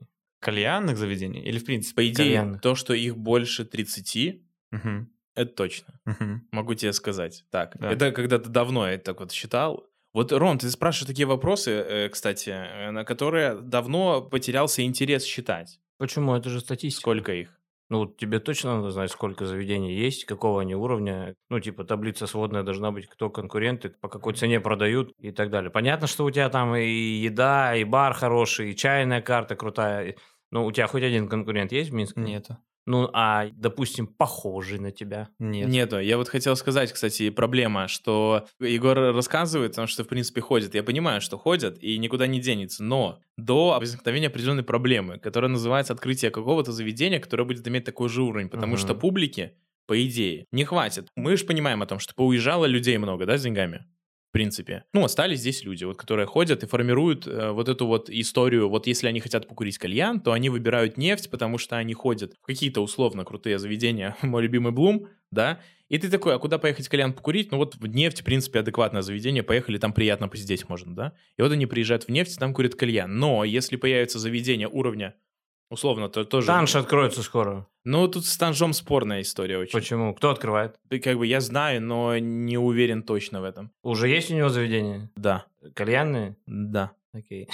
Кальянных заведений или в принципе? По идее, Кальянных. то, что их больше 30, Мгм. это точно. Мгм. Могу тебе сказать. Так, Да. это когда-то давно я так вот считал. Вот, Ром, ты спрашиваешь такие вопросы, кстати, на которые давно потерялся интерес считать. Почему? Это же статистика. Сколько их? Ну, вот тебе точно надо знать, сколько заведений есть, какого они уровня. Ну, типа, таблица сводная должна быть, кто конкуренты, по какой цене продают и так далее. Понятно, что у тебя там и еда, и бар хороший, и чайная карта крутая. Ну, у тебя хоть один конкурент есть в Минске? Нету. Ну, а, допустим, похожий на тебя. Нет. Нету. Я вот хотел сказать, кстати, проблема, что Егор рассказывает, потому что, в принципе, ходят. Я понимаю, что ходят и никуда не денется, но до возникновения определенной проблемы, которая называется открытие какого-то заведения, которое будет иметь такой же уровень, потому что публики, по идее, не хватит. Мы же понимаем о том, что поуезжало людей много, да, с деньгами? В принципе. Ну, остались здесь люди, вот, которые ходят и формируют вот эту вот историю. Вот если они хотят покурить кальян, то они выбирают нефть, потому что они ходят в какие-то условно крутые заведения. Мой любимый Блум, да? И ты такой, а куда поехать кальян покурить? Ну вот в нефть, в принципе, адекватное заведение. Поехали, там приятно посидеть можно, да? И вот они приезжают в нефть, там курят кальян. Но если появится заведение уровня, условно, то тоже... Танж откроется скоро. Ну, тут с танжом спорная история очень. Почему? Кто открывает? Как бы я знаю, но не уверен точно в этом. Уже есть у него заведение? Да, Кальянные? да. Окей.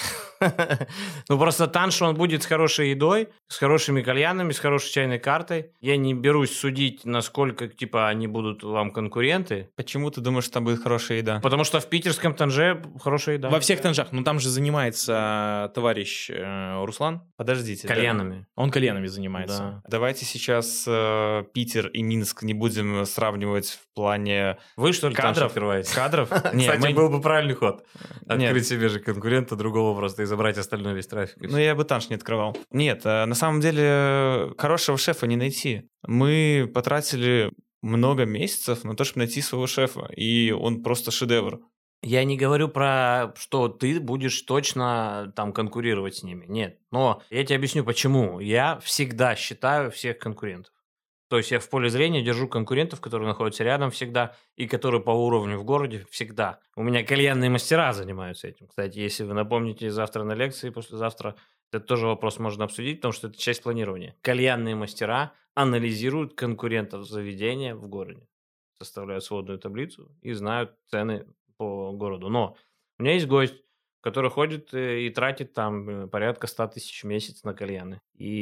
Ну, просто танш, он будет с хорошей едой, с хорошими кальянами, с хорошей чайной картой. Я не берусь судить, насколько, типа, они будут вам конкуренты. Почему ты думаешь, что там будет хорошая еда? Потому что в питерском танже хорошая еда. Во всех танжах. Ну, там же занимается товарищ Руслан. Подождите. Кальянами. Он кальянами занимается. Да. Давайте сейчас Питер и Минск не будем сравнивать в плане Вы, что ли, танж кадров. открываете? Кадров? Не, Кстати, мы- был бы правильный ход. Нет. Открыть себе же конкурента другого просто и забрать остальной весь трафик. и Ну, всё. я бы танш не открывал. Нет, на самом деле хорошего шефа не найти. Мы потратили много месяцев на то, чтобы найти своего шефа, и он просто шедевр. Я не говорю про, что ты будешь точно там конкурировать с ними. Нет. Но я тебе объясню, почему. Я всегда считаю всех конкурентов. То есть я в поле зрения держу конкурентов, которые находятся рядом всегда и которые по уровню в городе всегда. У меня кальянные мастера занимаются этим. Кстати, если вы напомните завтра на лекции, послезавтра, это тоже вопрос можно обсудить, потому что это часть планирования. Кальянные мастера анализируют конкурентов заведения в городе, составляют сводную таблицу и знают цены по городу. Но у меня есть гость, который ходит и тратит там порядка 100 тысяч в месяц на кальяны.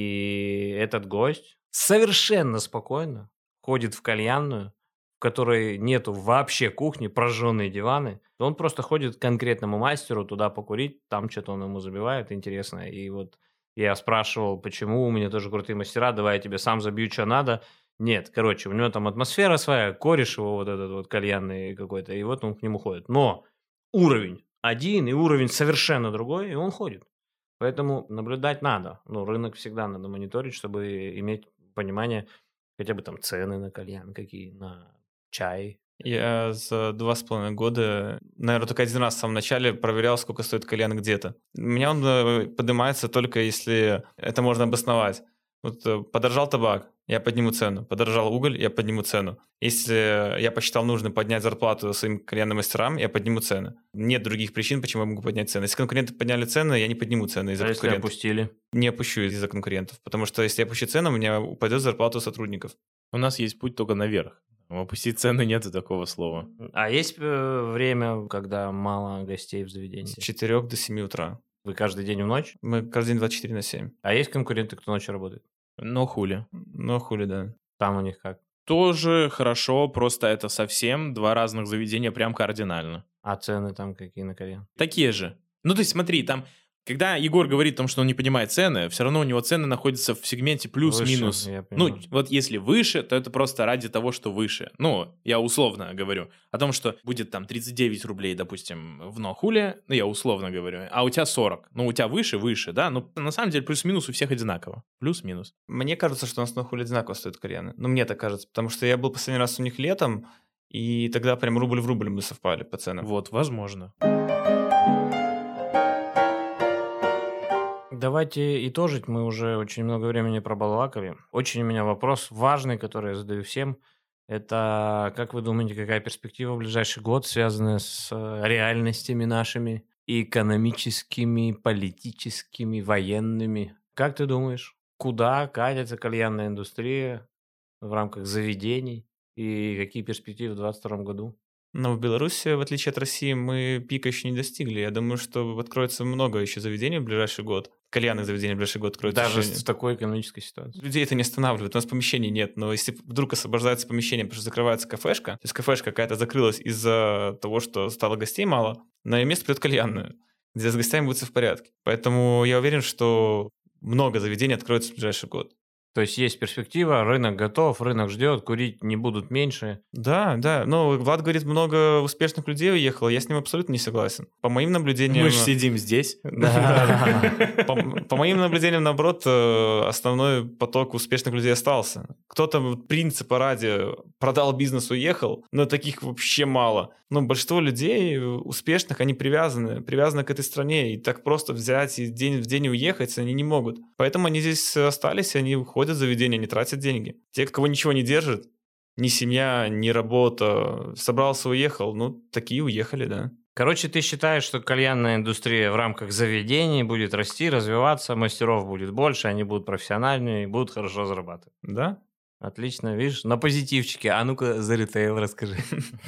И этот гость совершенно спокойно ходит в кальянную, в которой нету вообще кухни, прожженные диваны. Он просто ходит к конкретному мастеру туда покурить, там что-то он ему забивает, интересно. И вот я спрашивал, почему у меня тоже крутые мастера, давай я тебе сам забью, что надо. Нет, короче, у него там атмосфера своя, кореш его вот этот вот кальянный какой-то, и вот он к нему ходит. Но уровень один, и уровень совершенно другой, и он ходит. Поэтому наблюдать надо. Ну, рынок всегда надо мониторить, чтобы иметь понимание, хотя бы там цены на кальян, какие, на чай. Я за 2,5 года, наверное, только один раз в самом начале проверял, сколько стоит кальян где-то. У меня он поднимается только если это можно обосновать. Вот подорожал табак, я подниму цену. Подорожал уголь, я подниму цену. Если я посчитал нужным поднять зарплату своим кальянным мастерам, я подниму цены. Нет других причин, почему я могу поднять цены. Если конкуренты подняли цены, я не подниму цены из-за А если конкурентов. опустили? Не опущу из-за конкурентов, потому что если я опущу цену, у меня упадет зарплата сотрудников. У нас есть путь только наверх. Опустить цены нету такого слова. А есть время, когда мало гостей в заведении? С 4 до 7 утра. Вы каждый день в ночь? Мы каждый день 24/7. А есть конкуренты, кто ночью работает? Но хули. Ну, хули, да. Там у них как? Тоже хорошо, просто это совсем два разных заведения прям кардинально. А цены там какие на кальян? Такие же. Ну, то есть смотри, там, когда Егор говорит о том, что он не понимает цены, все равно у него цены находятся в сегменте плюс-минус. Выше, я Ну, понимаю. вот если выше, то это просто ради того, что выше. Ну, я условно говорю о том, что будет там 39 рублей, допустим, в Нохуле, ну, я условно говорю, а у тебя 40. Ну, у тебя выше, да? Ну, на самом деле, плюс-минус у всех одинаково. Плюс-минус. Мне кажется, что у нас на хули одинаково стоят кальяны. Ну, мне так кажется, потому что я был последний раз у них летом, и тогда прям рубль в рубль мы совпали по ценам. Вот, возможно. Давайте итожить, мы уже очень много времени пробалакали. Очень у меня вопрос важный, который я задаю всем. Это, как вы думаете, какая перспектива в ближайший год, связанная с реальностями нашими, и экономическими, политическими, военными? Как ты думаешь, куда катится кальянная индустрия в рамках заведений и какие перспективы в 2022 году? Но в Беларуси, в отличие от России, мы пика еще не достигли. Я думаю, что откроется много еще заведений в ближайший год. Кальянных заведений в ближайший год откроется. Даже еще... в такой экономической ситуации. Людей это не останавливает. У нас помещений нет. Но если вдруг освобождается помещение, потому что закрывается кафешка, то есть кафешка какая-то закрылась из-за того, что стало гостей мало, на ее место придет кальянная, где с гостями будет все в порядке. Поэтому я уверен, что много заведений откроется в ближайший год. То есть есть перспектива, рынок готов, рынок ждет, курить не будут меньше. Да. Но Влад говорит, много успешных людей уехало. Я с ним абсолютно не согласен. По моим наблюдениям... Мы же сидим здесь. По моим наблюдениям, наоборот, основной поток успешных людей остался. Кто-то принципа ради продал бизнес, уехал, но таких вообще мало. Но большинство людей успешных, они привязаны к этой стране. И так просто взять и день в день уехать они не могут. Поэтому они здесь остались, они ходят в заведения, не тратят деньги. Те, кого ничего не держит, ни семья, ни работа, собрался, уехал, такие уехали, да. Короче, ты считаешь, что кальянная индустрия в рамках заведений будет расти, развиваться, мастеров будет больше, они будут профессиональнее и будут хорошо зарабатывать? Да. Отлично, видишь, на позитивчике. А ну-ка за ритейл расскажи.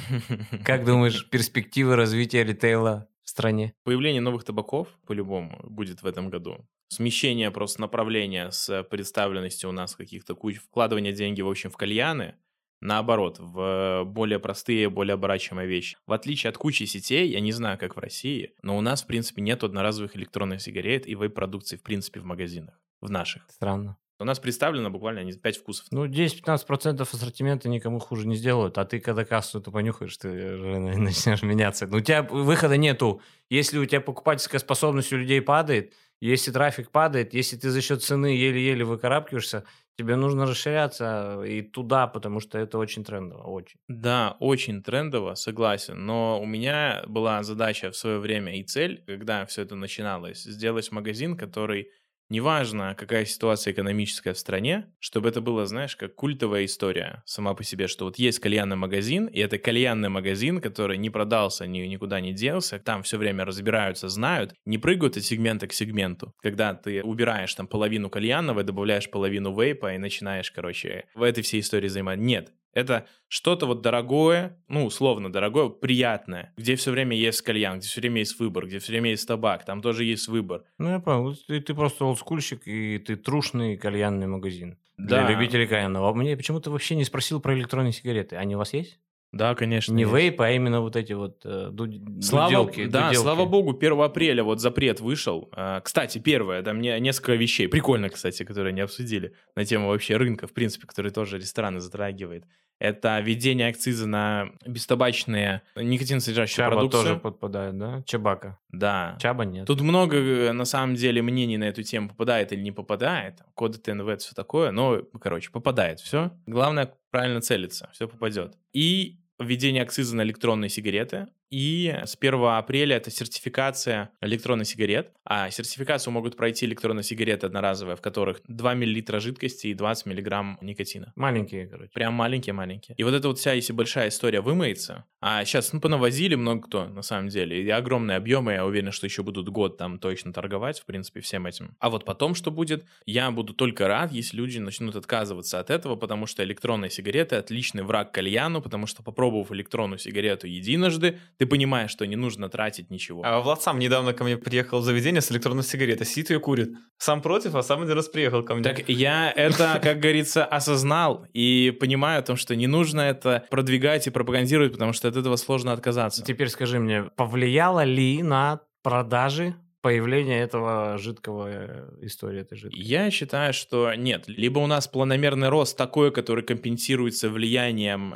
Как думаешь, перспективы развития ритейла в стране? Появление новых табаков, по-любому, будет в этом году. Смещение просто направления с представленностью у нас каких-то вкладывания деньги, в общем, в кальяны, наоборот, в более простые, более оборачиваемые вещи. В отличие от кучи сетей, я не знаю, как в России, но у нас, в принципе, нет одноразовых электронных сигарет и вейп-продукции, в принципе, в магазинах, в наших. Странно. У нас представлено буквально 5 вкусов. 10-15% ассортимента никому хуже не сделают, а ты когда кассу это понюхаешь, ты начнешь меняться. У тебя выхода нету. Если у тебя покупательская способность у людей падает, если трафик падает, если ты за счет цены еле-еле выкарабкиваешься, тебе нужно расширяться и туда, потому что это очень трендово, очень. Да, очень трендово, согласен, но у меня была задача в свое время и цель, когда все это начиналось, сделать магазин, который... Неважно, какая ситуация экономическая в стране, чтобы это было, знаешь, как культовая история сама по себе, что вот есть кальянный магазин, и это кальянный магазин, который не продался, никуда не делся, там все время разбираются, знают, не прыгают от сегмента к сегменту. Когда ты убираешь там половину кальянного, добавляешь половину вейпа и начинаешь, в этой всей истории заниматься. Нет. Это что-то вот дорогое, условно дорогое, приятное, где все время есть кальян, где все время есть выбор, где все время есть табак, там тоже есть выбор. Я понял, ты просто олдскульщик, и ты трушный кальянный магазин для любителей кальянного. А мне почему-то вообще не спросил про электронные сигареты. Они у вас есть? Да, конечно. Не вейп, а именно вот эти вот дуделки. Да, слава богу, 1 апреля вот запрет вышел. Кстати, первое, да, мне несколько вещей, прикольно, кстати, которые не обсудили на тему вообще рынка, в принципе, который тоже рестораны затрагивает. Это введение акциза на бестабачные никотинсодержащие продукты. Чаба тоже подпадает, да? Чабака. Да. Чаба нет. Тут много, на самом деле, мнений на эту тему, попадает или не попадает. Коды ТНВ, все такое. Но, попадает все. Главное, правильно целиться, все попадет. И введение акциза на электронные сигареты. И с 1 апреля это сертификация электронных сигарет. А сертификацию могут пройти электронные сигареты одноразовые, в которых 2 мл жидкости и 20 мг никотина. Маленькие, короче. Прям маленькие-маленькие. И вот эта вот вся, если большая история вымоется, а сейчас, понавозили много кто, на самом деле, и огромные объемы, я уверен, что еще будут год там точно торговать, в принципе, всем этим. А вот потом, что будет, я буду только рад, если люди начнут отказываться от этого, потому что электронные сигареты отличный враг кальяну, потому что, попробовав электронную сигарету единожды, ты понимаешь, что не нужно тратить ничего. А Влад сам недавно ко мне приехал в заведение с электронной сигаретой, сидит ее курит. Сам против, а сам один раз приехал ко мне. Так я это, как говорится, осознал и понимаю о том, что не нужно это продвигать и пропагандировать, потому что от этого сложно отказаться. Теперь скажи мне, повлияло ли на продажи появление этого жидкого истории этой жидкости? Я считаю, что нет. Либо у нас планомерный рост такой, который компенсируется влиянием,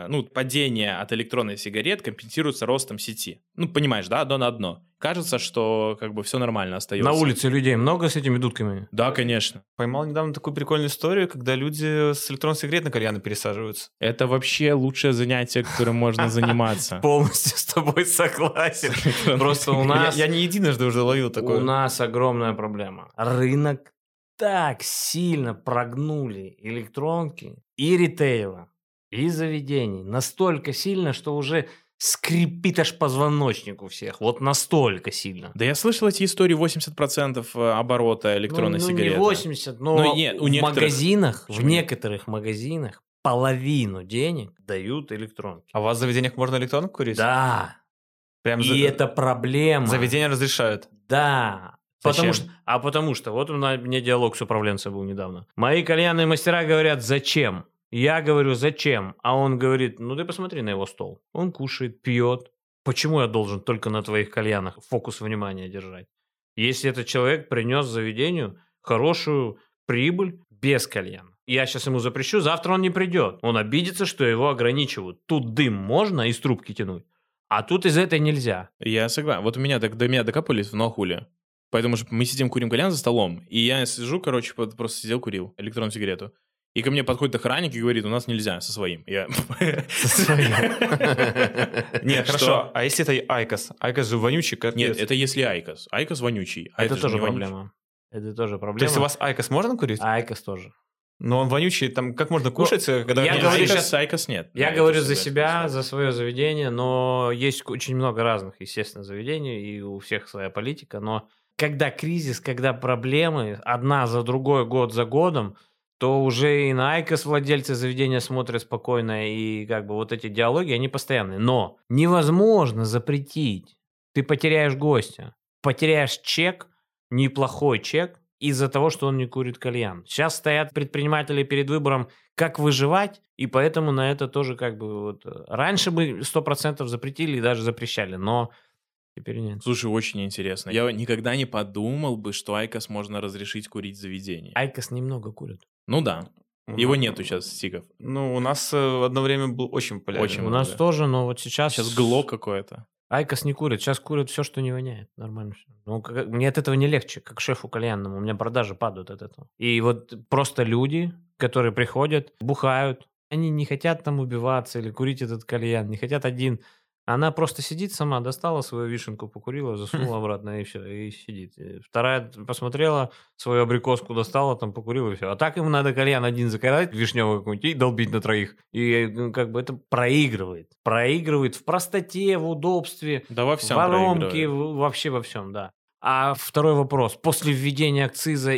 падение от электронных сигарет компенсируется ростом сети. Понимаешь, да, одно на одно. Кажется, что все нормально остается. На улице людей много с этими дудками? Да, конечно. Поймал недавно такую прикольную историю, когда люди с электронной сигарет на кальяны пересаживаются. Это вообще лучшее занятие, которым можно заниматься. Полностью с тобой согласен. Просто у нас... Я не единожды уже ловил такое. У нас огромная проблема. Рынок так сильно прогнули электронки и ритейла, и заведений. Настолько сильно, что уже скрипит аж позвоночник у всех. Вот настолько сильно. Да я слышал эти истории, 80% оборота электронной сигареты. Не 80, но Ну, нет, у некоторых... в некоторых магазинах половину денег дают электронки. А у вас в заведениях можно электронку курить? Да. Прям И это проблема. Заведения разрешают? Да. Зачем? Потому что, вот у меня диалог с управленцем был недавно. Мои кальянные мастера говорят, зачем? Я говорю, зачем? А он говорит, ну ты посмотри на его стол. Он кушает, пьет. Почему я должен только на твоих кальянах фокус внимания держать? Если этот человек принес заведению хорошую прибыль без кальяна. Я сейчас ему запрещу, завтра он не придет. Он обидится, что его ограничивают. Тут дым можно из трубки тянуть, а тут из этой нельзя. Я согласен. Вот до меня докапались в Нуахуле. Поэтому что мы сидим, курим кальян за столом, и я сижу, короче, просто сидел, курил электронную сигарету. И ко мне подходит охранник и говорит, у нас нельзя со своим. Со своим? Нет, хорошо. А если это Айкос? Айкос же вонючий, как... Нет, это если Айкос. Айкос вонючий. Это тоже проблема. Это тоже проблема. То есть у вас Айкос можно курить? Айкос тоже. Но он вонючий, там как можно кушать, когда... Я говорю сейчас... Айкос нет. Я говорю за себя, за свое заведение, но есть очень много разных, естественно, заведений, и у всех своя политика, но когда кризис, когда проблемы, одна за другой, год за годом, то уже и на Айкос владельцы заведения смотрят спокойно, и как бы вот эти диалоги, они постоянные. Но невозможно запретить. Ты потеряешь гостя, потеряешь чек, неплохой чек, из-за того, что он не курит кальян. Сейчас стоят предприниматели перед выбором, как выживать, и поэтому на это тоже как бы вот... Раньше бы 100% запретили и даже запрещали, но теперь нет. Слушай, очень интересно. Я никогда не подумал бы, что Айкос можно разрешить курить в заведении. Айкос немного курит. Ну да. Его нету сейчас, стиков. Ну, у нас одно время был очень популярен. Очень у нас тоже, но вот сейчас... Сейчас гло какое-то. Айкос не курит, сейчас курят все, что не воняет. Нормально все. Ну, мне от этого не легче, как шефу кальянному. У меня продажи падают от этого. И вот просто люди, которые приходят, бухают, они не хотят там убиваться или курить этот кальян, не хотят один. Она просто сидит сама, достала свою вишенку, покурила, засунула обратно и все, и сидит. И вторая посмотрела, свою абрикоску достала, там покурила и все. А так им надо кальян один заказать, вишневый какой-нибудь, и долбить на троих. И как бы это проигрывает. Проигрывает в простоте, в удобстве, да во всем воронке, вообще во всем, да. А второй вопрос. После введения акциза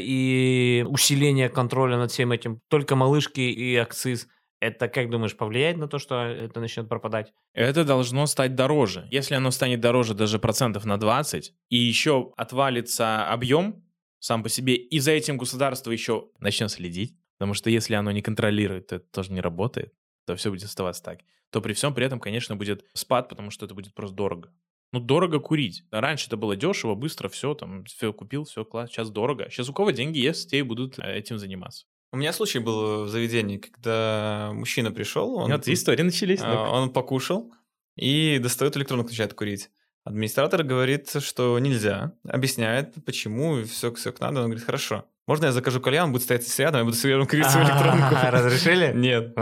и усиления контроля над всем этим, только малышки и акциз, это, как думаешь, повлияет на то, что это начнет пропадать? Это должно стать дороже. Если оно станет дороже даже процентов на 20, и еще отвалится объем сам по себе, и за этим государство еще начнет следить, потому что если оно не контролирует, то это тоже не работает, то все будет оставаться так, то при всем при этом, конечно, будет спад, потому что это будет просто дорого. Ну, дорого курить. Раньше это было дешево, быстро, все, там, все купил, все, класс. Сейчас дорого. Сейчас у кого деньги есть, те и будут этим заниматься. У меня случай был в заведении, когда мужчина пришел, истории начались. Он покушал и достает электронку, начинает курить. Администратор говорит, что нельзя, объясняет, почему, и все как надо. Он говорит, хорошо, можно я закажу кальян, он будет стоять рядом, я буду с рядом курить свою электронку. Разрешили? Нет.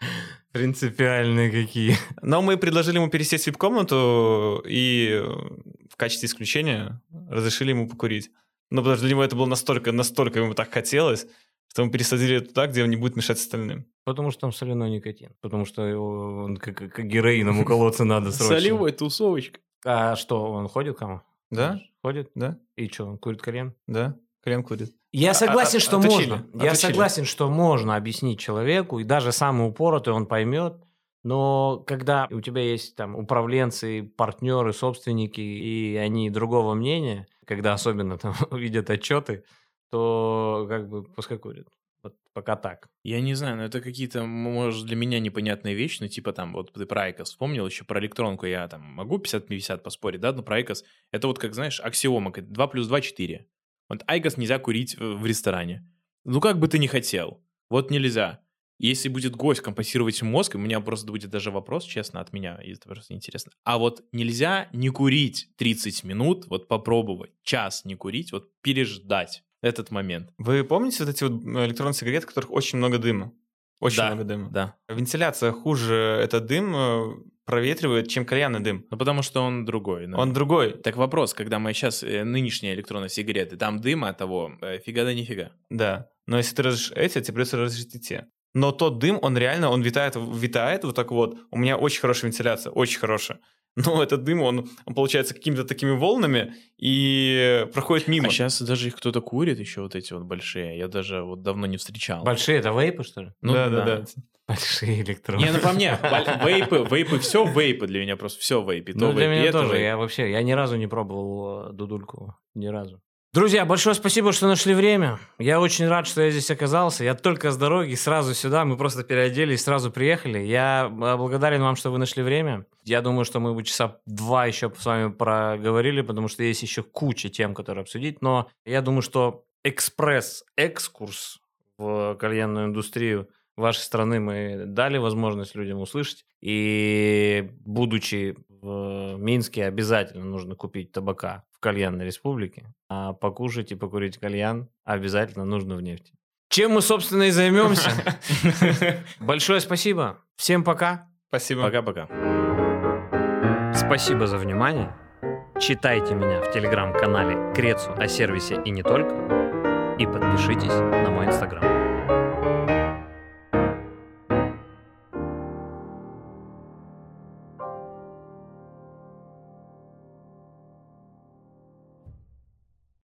Принципиальные какие. Но мы предложили ему пересесть в вип-комнату и в качестве исключения разрешили ему покурить. Но потому что для него это было настолько ему так хотелось, что мы пересадили туда, где он не будет мешать остальным. Потому что там соляной никотин. Потому что он как героином уколоться надо срочно. Солевой тусовочка. А что, он ходит к кому? Да. Ходит? Да. И что, он курит кальян? Да, кальян курит. Я согласен, что можно. Я Отучили. согласен, что можно объяснить человеку, и даже самый упоротый он поймет. Но когда у тебя есть там управленцы, партнеры, собственники, и они другого мнения, когда особенно там видят отчеты, то как бы пускай курят. Вот пока так. Я не знаю, но это какие-то, может, для меня непонятные вещи, ну, типа там, вот ты про Айкос вспомнил, еще про электронку я там могу 50-50 поспорить, да, но про Айкос, это вот как, знаешь, аксиома, 2 + 2 = 4. Вот Айкос нельзя курить в ресторане. Ну, как бы ты ни хотел, вот нельзя. Если будет гость компенсировать мозг, у меня просто будет даже вопрос, честно, от меня, и это просто интересно. А вот нельзя не курить 30 минут, вот попробовать, час не курить, вот переждать этот момент. Вы помните вот эти вот электронные сигареты, в которых очень много дыма? Очень много дыма. Да. Вентиляция хуже этот дым проветривает, чем кальянный дым. Ну, потому что он другой. Да. Он другой. Так вопрос, когда мы сейчас, нынешние электронные сигареты, там дыма от того, фига да нифига. Да. Но если ты разрешишь эти, тебе придется разрешить и те. но тот дым, он реально, он витает вот так вот. У меня очень хорошая вентиляция, очень хорошая. Но этот дым, он получается какими-то такими волнами и проходит мимо. А сейчас даже их кто-то курит, еще вот эти вот большие. Я даже вот давно не встречал. Большие — это вейпы, что ли? Ну, да. Большие электроны. Не, ну по мне, вейпы, все вейпы для меня просто, все вейпы. Ну, для меня тоже. Я ни разу не пробовал дудульку. Ни разу. Друзья, большое спасибо, что нашли время. Я очень рад, что я здесь оказался. Я только с дороги, сразу сюда. Мы просто переоделись, сразу приехали. Я благодарен вам, что вы нашли время. Я думаю, что мы бы часа 2 еще с вами проговорили, потому что есть еще куча тем, которые обсудить. Но я думаю, что экскурс в кальянную индустрию вашей страны мы дали возможность людям услышать. И будучи в Минске, обязательно нужно купить табака в кальянной республике, а покушать и покурить кальян обязательно нужно в Нефти. Чем мы, собственно, и займемся. Большое спасибо. Всем пока. Спасибо. Пока-пока. Спасибо за внимание. Читайте меня в телеграм-канале Крецу о сервисе и не только. И подпишитесь на мой инстаграм.